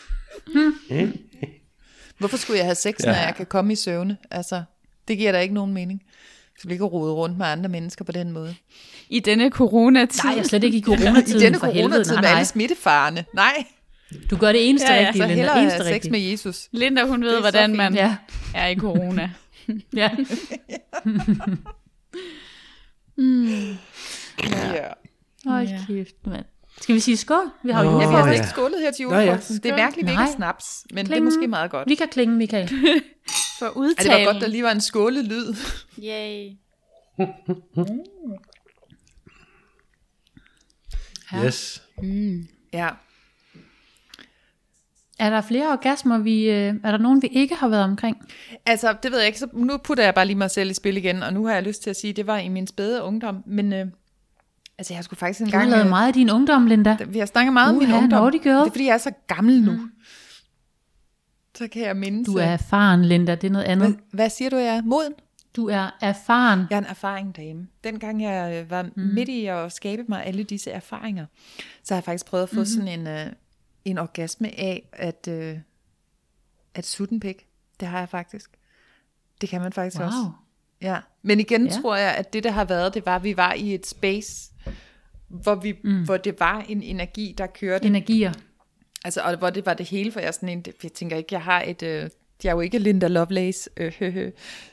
Hvorfor skulle jeg have sex, når Ja. jeg kan komme i søvne? Altså, det giver da ikke nogen mening. Så vi ikke rode rundt med andre mennesker på den måde. I denne coronatid. Nej, jeg er slet ikke i coronatiden. I denne for helvede. coronatid Nej, med alle nej. smittefarerne. Nej, Du gør det eneste Ja, ja, rigtige, så Linda. hellere Eneste have sex rigtige. med Jesus. Linda, hun Det ved, er så hvordan fint. man Ja, er i corona. ja. mm. Ja. Hold Ja. kæft, mand. Skal vi sige skål? Vi har jo Åh, Ja, vi har julefrokost. slet ja. ikke skålet her til Nå ja. julefrokosten. Det er mærkeligt, vi ikke Nej. er snaps, men Kling. det er måske meget godt. Vi kan klinge, Michael. For Ja, udtalen. det var godt, der lige var en skålelyd. Yay. Yes. Mm. Ja. Er der flere orgasmer, vi, øh, er der nogen, vi ikke har været omkring? Altså, det ved jeg ikke. Så nu putter jeg bare lige mig selv i spil igen, og nu har jeg lyst til at sige, at det var i min spæde ungdom. Men øh, altså, jeg skulle faktisk en Du har gang... lavet øh, meget af din ungdom, Linda. Vi har snakket meget om min Uha, ungdom. naughty girl. Det er, fordi jeg er så gammel nu. Mm. Så kan jeg mindes... Du er erfaren, Linda. Det er noget andet. Hvad, hvad siger du, jeg er? Moden? Du er erfaren. Jeg er en erfaring dame. Dengang jeg øh, var mm. midt i at skabe mig alle disse erfaringer, så har jeg faktisk prøvet at få mm-hmm. sådan en, øh, en orgasme af at, øh, at sutte en pik. Det har jeg faktisk. Det kan man faktisk Wow. også. Ja. Men igen Ja. ja. tror jeg, at det der har været, det var, at vi var i et space, hvor, vi, mm. hvor det var en energi, der kørte. Energier. Altså, og hvor det var det hele, for jeg, sådan en, jeg tænker ikke, jeg har et... Øh, jeg er jo ikke Linda Lovelace. Øh, øh, øh.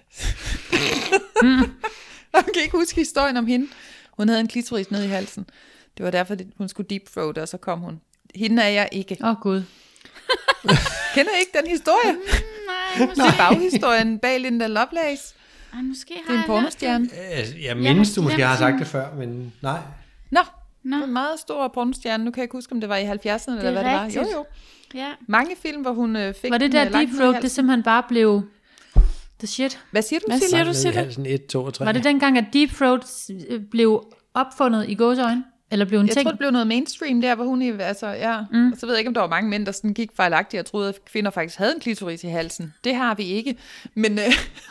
Jeg kan ikke huske historien om hende. Hun havde en klitoris nede i halsen. Det var derfor, hun skulle deep throat, og så kom hun. Hende er jeg ikke. Åh, oh, Gud. Kender I ikke den historie? Mm, nej, måske. Det er baghistorien bag Linda Lovelace. Ej, måske har Det er en jeg pornostjerne. Øh, Jeg mindes, du måske glemt har sagt den. det før, men nej. Nå, Nå. en meget stor pornostjerne. Nu kan jeg ikke huske, om det var i halvfjerdserne, Det eller er hvad rigtigt. det var. Jo, jo. Ja. Mange film, hvor hun øh, fik Var det den, der øh, langt deep ned i throat, det halsen. simpelthen bare blev the shit? Hvad siger du, Hvad Sille? siger du, Ned i Sille? halsen, et, to og tre. Var det dengang, at deep throat øh, blev opfundet i gåseøjne? Eller blev en Jeg ting? tror, det blev noget mainstream der, hvor hun i, altså, ja. Mm. Og så ved jeg ikke, om der var mange mænd, der sådan gik fejlagtigt og troede, at kvinder faktisk havde en klitoris i halsen. Det har vi ikke. Men, øh,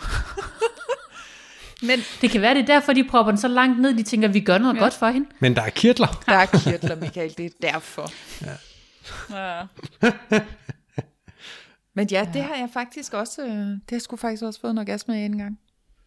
men Det kan være, det er derfor, de propper den så langt ned, de tænker, vi gør noget ja. godt for hende. Men der er kirtler. der er kirtler, Michael, det er derfor. Ja. Men ja, det har jeg faktisk også, øh, det har jeg sgu faktisk også fået en orgasme af en gang.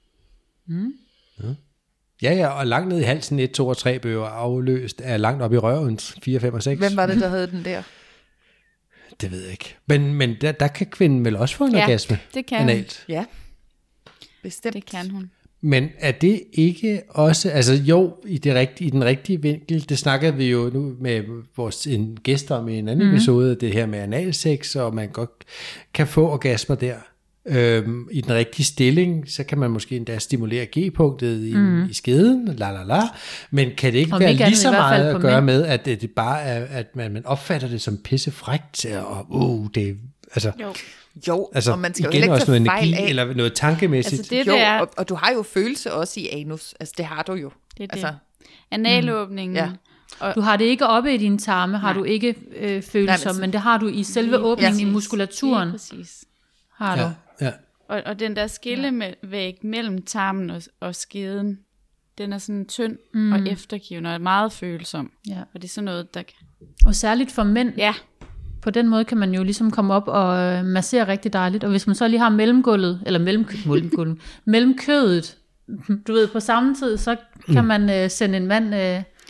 Ja, ja, og langt ned i halsen, et, to og tre blev afløst af langt op i røven, fire, fem og seks. Hvem var det, der havde den der? Det ved jeg ikke. Men, men der, der kan kvinden vel også få en Ja, orgasme? det kan hun. analt. Ja, bestemt. Det kan hun. Men er det ikke også, altså jo, i, det rigtige, i den rigtige vinkel, det snakkede vi jo nu med vores en gæst om i en anden mm. episode, det her med analsex, og man godt kan få orgasmer der. Øhm, I den rigtige stilling, så kan man måske endda stimulere G-punktet i, mm. i skeden, la la la, men kan det ikke Og være ikke lige andet så i hvert fald meget på at gøre mænd. med, at det, det bare er, at man, man opfatter det som pissefrækt, og uh, det altså, Jo. Jo, altså og man skal jo igen heller ikke også noget tage fejl energi, af. eller noget tankemæssigt. Altså det, jo, det er, og, og du har jo følelse også i anus. Altså, det har du jo. det, er det. Altså, Analåbningen. Ja. Du har det ikke oppe i dine tarme, har Nej. du ikke øh, følelser, Nej, Nej, men men, så- men det har du i selve Lige åbningen præcis. i muskulaturen. Lige præcis. Har du. ja, ja. Og, og den der skillevæg mellem tarmen og, og skeden, den er sådan tynd mm. og eftergivende og er meget følsom. Ja. Og det er sådan noget, der kan... Og særligt for mænd, Ja, på den måde kan man jo ligesom komme op og øh, massere rigtig dejligt. Og hvis man så lige har mellemgulvet, eller mellemkø- mellemgulvet, mellemkødet, du ved, på samme tid, så kan man øh, sende en mand øh,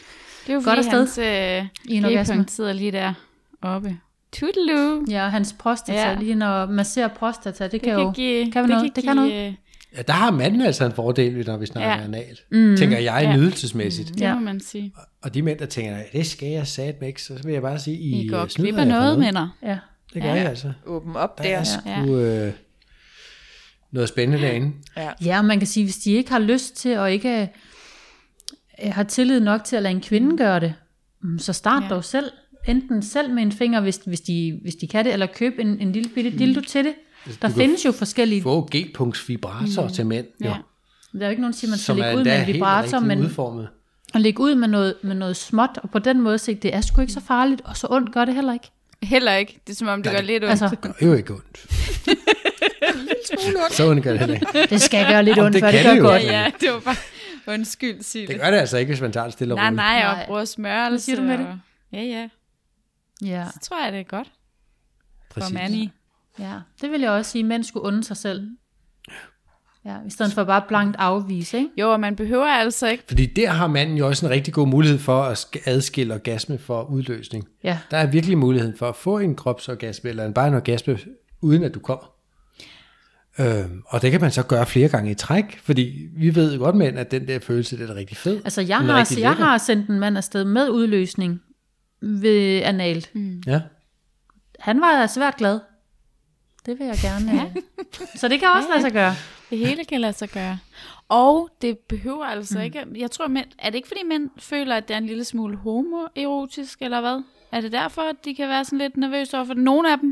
Det er jo Godt fordi, afsted hans i en øh, orgasme. G-punkt sidder lige der oppe. Toodaloo. Ja, og hans prostata, Ja. lige når man ser prostata, det, det kan, kan jo, give, kan vi noget, det kan noget. give, øh, Ja, der har manden altså en fordel, når vi snakker Ja. ja. analt. Mm. Tænker jeg Ja. nydelsesmæssigt. Mm. Det Ja. må man sige. Og de mænd, der tænker, det skal jeg satme ikke, så vil jeg bare sige, I, I går øh, snyder glip af jer for noget, mænder. Ja. Det gør Ja. jeg altså. Åben op Der der. er Ja. sgu øh, noget spændende derinde. Ja. Ja, og man kan sige, hvis de ikke har lyst til, og ikke øh, har tillid nok til at lade en kvinde gøre det, mm, så start Ja. dog selv. Enten selv med en finger, hvis, hvis, de, hvis de kan det, eller køb en, en lille bitte dildo til det. Der kan findes jo forskellige... Få G-punkts vibrator mm. til mænd, jo, Ja. Der er jo ikke nogen, der siger, man skal som er lægge ud endda med en helt vibrator, rigtig men udformet. at lægge ud med noget, med noget småt, og på den måde se, det er sgu ikke så farligt, og så ondt gør det heller ikke. Heller ikke. Det er som om, det Nej, gør lidt ondt. Altså, Det gør jo ikke ondt. Så ondt gør det heller ikke. det skal gøre lidt Om ondt, det før det kan gør det jo. godt. ja, ja, det var bare undskyld, sig Det det. gør det altså ikke, hvis man tager det stille og Nej, roligt. nej, og Nej. bruger smørelse. Hvad siger du med det? og- Ja, ja. Ja, Så tror jeg, det er godt for Præcis. Manny. ja, det vil jeg også sige, mænd skulle unde sig selv. Ja, i stedet for bare blankt afvise, ikke? Jo, og man behøver altså ikke. Fordi der har manden jo også en rigtig god mulighed for at sk- adskille orgasme fra udløsning. Ja, Der er virkelig muligheden for at få en kropsorgasme, eller en, bare en orgasme, uden at du kommer. Øhm, og det kan man så gøre flere gange i træk, fordi vi ved jo godt, mænd, at den der følelse, det er rigtig fed. altså jeg Den er har, rigtig jeg lækker. har sendt en mand afsted med udløsning ved analt. Mm. Ja. Han var svært glad. Det vil jeg gerne. Ja. Så det kan også lade sig gøre. Det hele kan lade sig gøre. Og det behøver altså Mm. ikke... Jeg tror, mænd, er det ikke, fordi mænd føler, at det er en lille smule homoerotisk, eller hvad? Er det derfor, at de kan være sådan lidt nervøse over for det? Nogle af dem?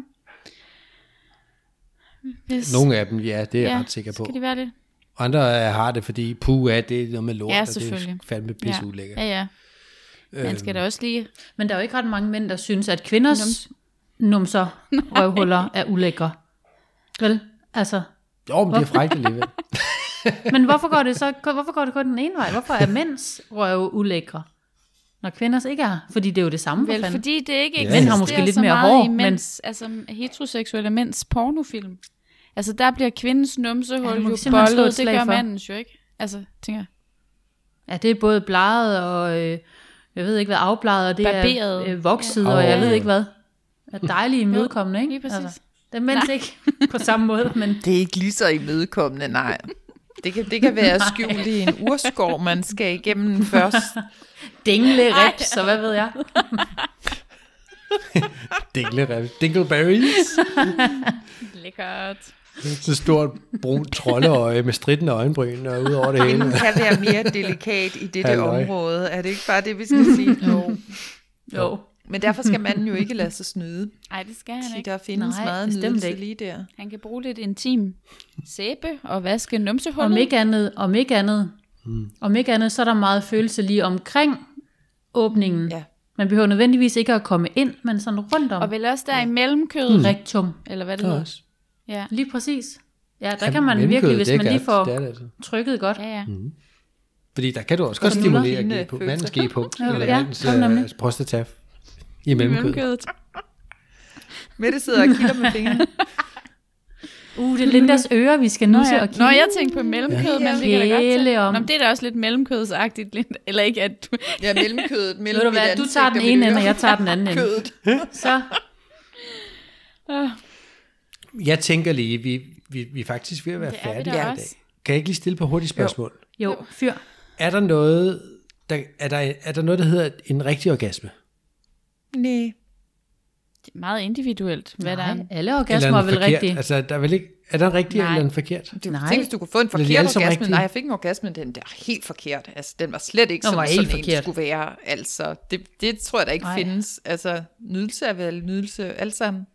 Hvis, Nogle af dem, ja, det er jeg ja, ret sikker på. Skal de være det? Andre øh, har det, fordi puh, ja, det er noget med lort, Ja, og det selvfølgelig. er fandme pisse ulækkert. Ja, ja. Man skal da også lige... Men der er jo ikke ret mange mænd, der synes, at kvinders numser, røvhuller er ulækre. Vel? Altså, Jo, men det er frækt alligevel. men hvorfor går det så hvorfor går det kun den ene vej? Hvorfor er mænds røve ulækre, når kvinders ikke er? Fordi det er jo det samme. Vel, for fanden. fordi det ikke Ja. eksisterer Mænd har måske lidt så mere meget hår, i men- mænds, altså heteroseksuelle mænds pornofilm. Altså der bliver kvindens numsehul Ja, ja, det må jo vi simpelthen slå et bollet, det slag gør for. mandens jo ikke. Altså, tænker jeg. Ja, det er både bleget og, øh, jeg ved ikke hvad, afbleget, og det Barberet. er øh, vokset, Ja. og jeg Åh. ved ikke hvad. Er dejligt imødekommende, ikke? lige præcis. Altså, det er mænds ikke på samme måde, men Det er ikke lige så imødekommende, nej. Det kan, det kan være skjult i en urskov, man skal igennem først. dingle rips, så hvad ved jeg. Dingle, dingleberries. Lækkert. Så stort brunt troldeøje med stridende øjenbryn og ud over det hele. Kvinden kan være mere delikat i dette Halløj. område. Er det ikke bare det, vi skal sige? Jo. Jo. Men derfor skal manden jo ikke lade sig snyde. Ej, det skal han Fordi ikke. der findes Nej, meget bestemt nydelse ikke. lige der. Han kan bruge lidt intim sæbe og vaske numsehullet. Om ikke andet, om ikke andet, Hmm. om ikke andet, så er der meget følelse lige omkring åbningen. Ja. Man behøver nødvendigvis ikke at komme ind, men sådan rundt om Og vel også der i mellemkødet, rektum. eller hvad det Der hedder. også. Ja, Lige præcis. Ja, der Ja, kan man mellemkødet, virkelig, hvis det er man lige godt. får Det er det altså. trykket godt. ja, ja. Fordi der kan du også godt der stimulere fine G på, følelser. mandens G-punkt, Ja, eller ja, mandens kom nemlig. øh, prostata i mellemkødet. Mette sidder og kilder med fingrene. Uh, det er Lindas ører, vi skal Nå, nusse ja. og Nå, kigge. jeg tænkte på mellemkødet, Ja. men det kan da godt Kæle til. om. Nå, men det er da også lidt mellemkødsagtigt, Linda. Eller ikke, at du... Ja, mellemkødet. Mellem Ved du mit hvad, du ansigt tager den og mit ene ende, øre. og jeg tager den anden ende. Kødet. Så, Ah, Jeg tænker lige, vi, vi, vi er faktisk ved at være Det er vi færdige da i dag. også. Kan jeg ikke lige stille på hurtige spørgsmål? jo, fyr. Er der noget, der, er, der, er der noget, der hedder en rigtig orgasme? Nej. det er meget individuelt, hvad der er. Nej, alle Eller orgasmer er en vel forkert? rigtige. Altså, der er, vel ikke, er der en rigtig Nej. eller en forkert? Du Nej. tænker, hvis du kunne få en Eller de er forkert alle sammen orgasme. rigtige? Nej, jeg fik en orgasme, den der helt forkert. Altså, den var slet ikke Den som var sådan helt en forkert. skulle være. Altså, det, det tror jeg da ikke Nej. findes. Altså, nydelse er vel nydelse alt sammen.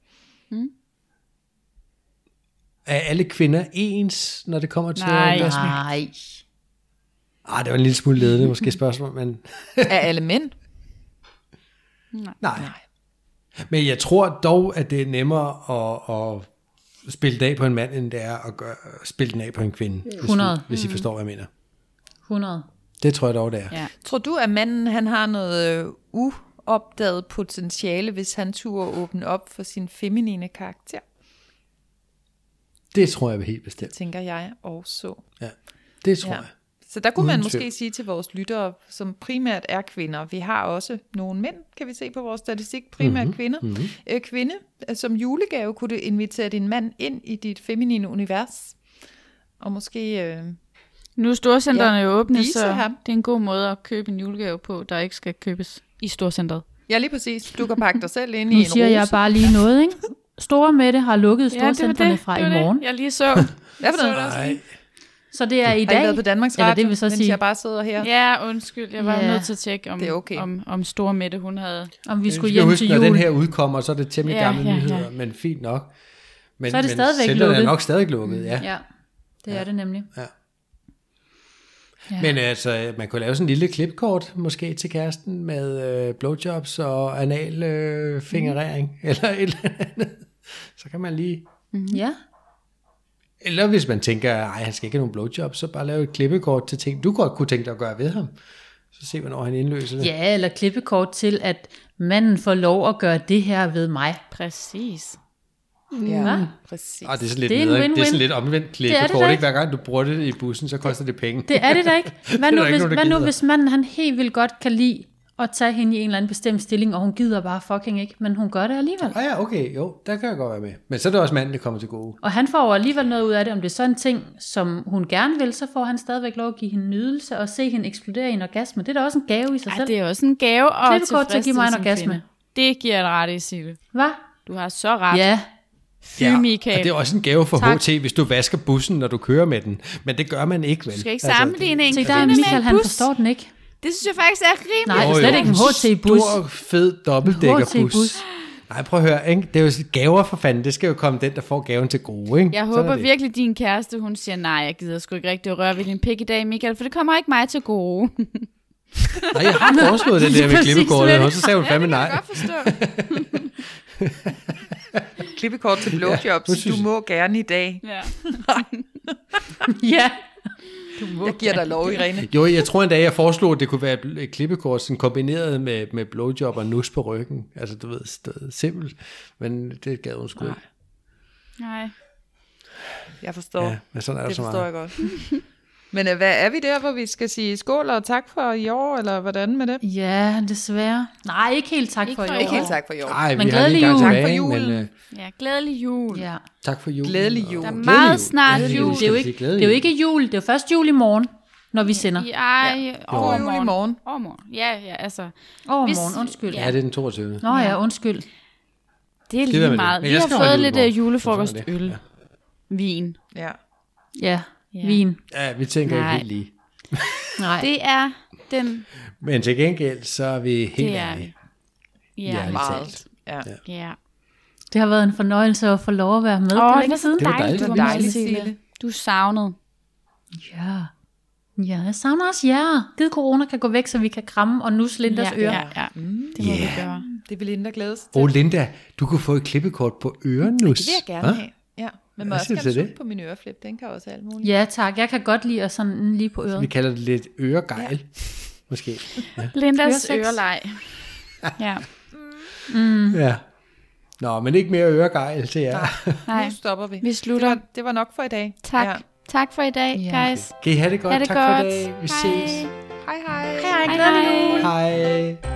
Er alle kvinder ens, når det kommer til Nej. orgasme? Nej. Ah, det var en lille smule ledende måske spørgsmål, men Er alle mænd? nej. Men jeg tror dog, at det er nemmere at, at spille det af på en mand, end det er at gøre, spille den af på en kvinde. Hvis, hundrede. I, hvis I forstår, hvad jeg mener. hundrede. Det tror jeg dog, det er. Ja. Tror du, at manden han har noget øh, uopdaget potentiale, hvis han turde åbne op for sin feminine karakter? Det tror jeg helt bestemt. Tænker jeg også. Ja, det tror Ja. jeg. Så der kunne Uden man måske tvivl. sige til vores lyttere, som primært er kvinder. Vi har også nogle mænd, kan vi se på vores statistik, primært mm-hmm. kvinder. Mm-hmm. Øh, kvinde, som julegave kunne du invitere din mand ind i dit feminine univers. Og måske... Øh, Nu er storcentrene Ja, jo åbne, vise så ham. det er en god måde at købe en julegave på, der ikke skal købes i storcentret. ja, lige præcis. Du kan pakke dig selv ind i Nu en siger rose. jeg bare lige noget, ikke? Store Mette har lukket Ja, det var storcentrene det, fra det i var morgen. det, jeg lige så. Hvad for noget? Nej, Så det er i Har I dag. været på Danmarks eller Radio, det vil så mens sige, jeg bare sidder her? Ja, undskyld, jeg var Ja. nødt til at tjekke, om, Det er okay. om, om store Mette, hun havde... om vi vi skulle skal hjem huske, til når jul. den her udkommer, så er det temmelig Ja, gamle ja, ja. nyheder, men fint nok. Men, Så er det men stadigvæk centrene lukket. er nok stadig lukket, ja. Ja, det er det nemlig. ja. Ja. Men altså, man kunne lave sådan en lille klipkort måske til kæresten med øh, blowjobs og anal øh, fingerering, mm. eller et eller andet. Så kan man lige... Ja. Eller hvis man tænker, ej, han skal ikke have nogen blowjobs, så bare lave et klippekort til ting, du godt kunne tænke dig at gøre ved ham. Så se, hvornår han indløser det. Ja, eller klippekort til, at manden får lov at gøre det her ved mig. Præcis. Ja, præcis. Og det er sådan lidt, Det er en nederen. det er sådan win-win. lidt omvendt det klippekort, da ikke? ikke. Hver gang du bruger det i bussen, så koster det penge. Det er det da ikke. Hvad Det er nu, der ikke hvis, nogen, der hvad nu gider. hvis manden han helt vildt godt kan lide at tage hende i en eller anden bestemt stilling, og hun gider bare fucking ikke, men hun gør det alligevel. Ah ja, okay, jo, der kan jeg godt være med. Men så er det også manden, der kommer til gode. Og han får jo alligevel noget ud af det. Om det er sådan en ting, som hun gerne vil, så får han stadigvæk lov at give hende nydelse og se hende eksplodere i en orgasme. Det er da også en gave i sig Ej, selv. det er også en gave og Klippekort til at give mig en tilfredsstillelse som orgasme. kvinde. Det giver jeg ret i, Sille. Hvad? Du har så ret. Ja. Fy, Michael. og det er også en gave for Tak. H T, hvis du vasker bussen, når du kører med den. Men det gør man ikke, vel? Du skal ikke Altså, sammenligne en Se, der er kvinde med Michael, en han bus. forstår den ikke. Det synes jeg faktisk er rimelig. Nej, det er Jo, slet jo. ikke en H T-bus. Stor, fed dobbeltdækkerbus. H T-bus. Nej, prøv at høre, ikke? Det er jo gaver for fanden. Det skal jo komme den, der får gaven til gode, ikke? Jeg Sådan håber er det. virkelig, din kæreste, hun siger, nej, jeg gider sgu ikke rigtig at røre ved din pik i dag, Michael, for det kommer ikke mig til gode. Nej, jeg har foreslået det der med Præcis, klippekortet, vel? og så sagde hun fandme Det kan nej. jeg godt forstå. Klippekort til blowjobs. Ja, nu Du synes jeg- må gerne i dag. Ja. Ja. Jeg giver dig lov, Irene. Jo, jeg tror endda, jeg foreslog, at det kunne være et klippekort sådan kombineret med, med blowjob og nus på ryggen. Altså, du ved, det er simpelt. Men det gad hun sgu ikke. Nej. Jeg forstår. Ja, men sådan er Det det så forstår meget. jeg godt. Men øh, hvad er vi der, hvor vi skal sige skål og tak for i år, eller hvordan med det? Ja, desværre. Nej, ikke helt tak Ikke for i for år. i Ikke helt tak for i år. Ej, Men vi har lige en glædelig gang jul. tilbage, Tak for julen. men uh, Ja, glædelig jul. Ja. tak for julen. Glædelig jul. Der er Glædelig meget jul. snart Glædelig jul. Det er jo ikke, det er jo ikke jul. Det er jo først jul i morgen, når vi sender. Ja, ja. Over jul i morgen. Overmorgen. Ja, ja, altså. Overmorgen, undskyld. Ja, det er den toogtyvende. Nå ja, undskyld. Det er Skidt lige med det. meget. Men Vi jeg har skal holde fået jul i lidt morgen. øh, julefrokost, Sådan er det. øl, vin. Ja. Ja, Ja. vin. Ja, vi tænker Nej. ikke helt lige. Nej. Det er den... Men til gengæld, så er vi helt Det er ærlige. Ja, Ja, Meget. Ja. ja. Det har været en fornøjelse at få lov at være med. Åh, det er det var længe så siden. Det var dejligt, dejligt. du Det var var med, dejligt, Cecilie. Signe. Du savnede. Ja. Ja, jeg savner også jer. Gid corona kan gå væk, så vi kan kramme og nusse Lindas Ja, ører. ja, ja. Det må vi gøre. Det vil Linda glæde sig til. Åh, oh, Linda, du kunne få et klippekort på ørenus. Det vil jeg gerne Hva? have. Ja. Men må Hvad også siger du gerne til det? sutte på min øreflip. Den kan også alt muligt. Ja, tak. Jeg kan godt lide at sådan lige på øret. Vi kalder det lidt øregejl. Måske. Ja. Lindas Øresex. øreleg. Ja. ja. Nå, men ikke mere øregejl til jer. Nej, Nu stopper vi. vi Det slutter. var, det var nok for i dag. Tak. Ja. Tak for i dag, Ja. guys. Kan I have det godt? Ha' det tak godt. for i dag. Vi ses. Hej hej. Hej, Hej, glædelig hej. jul. Hej.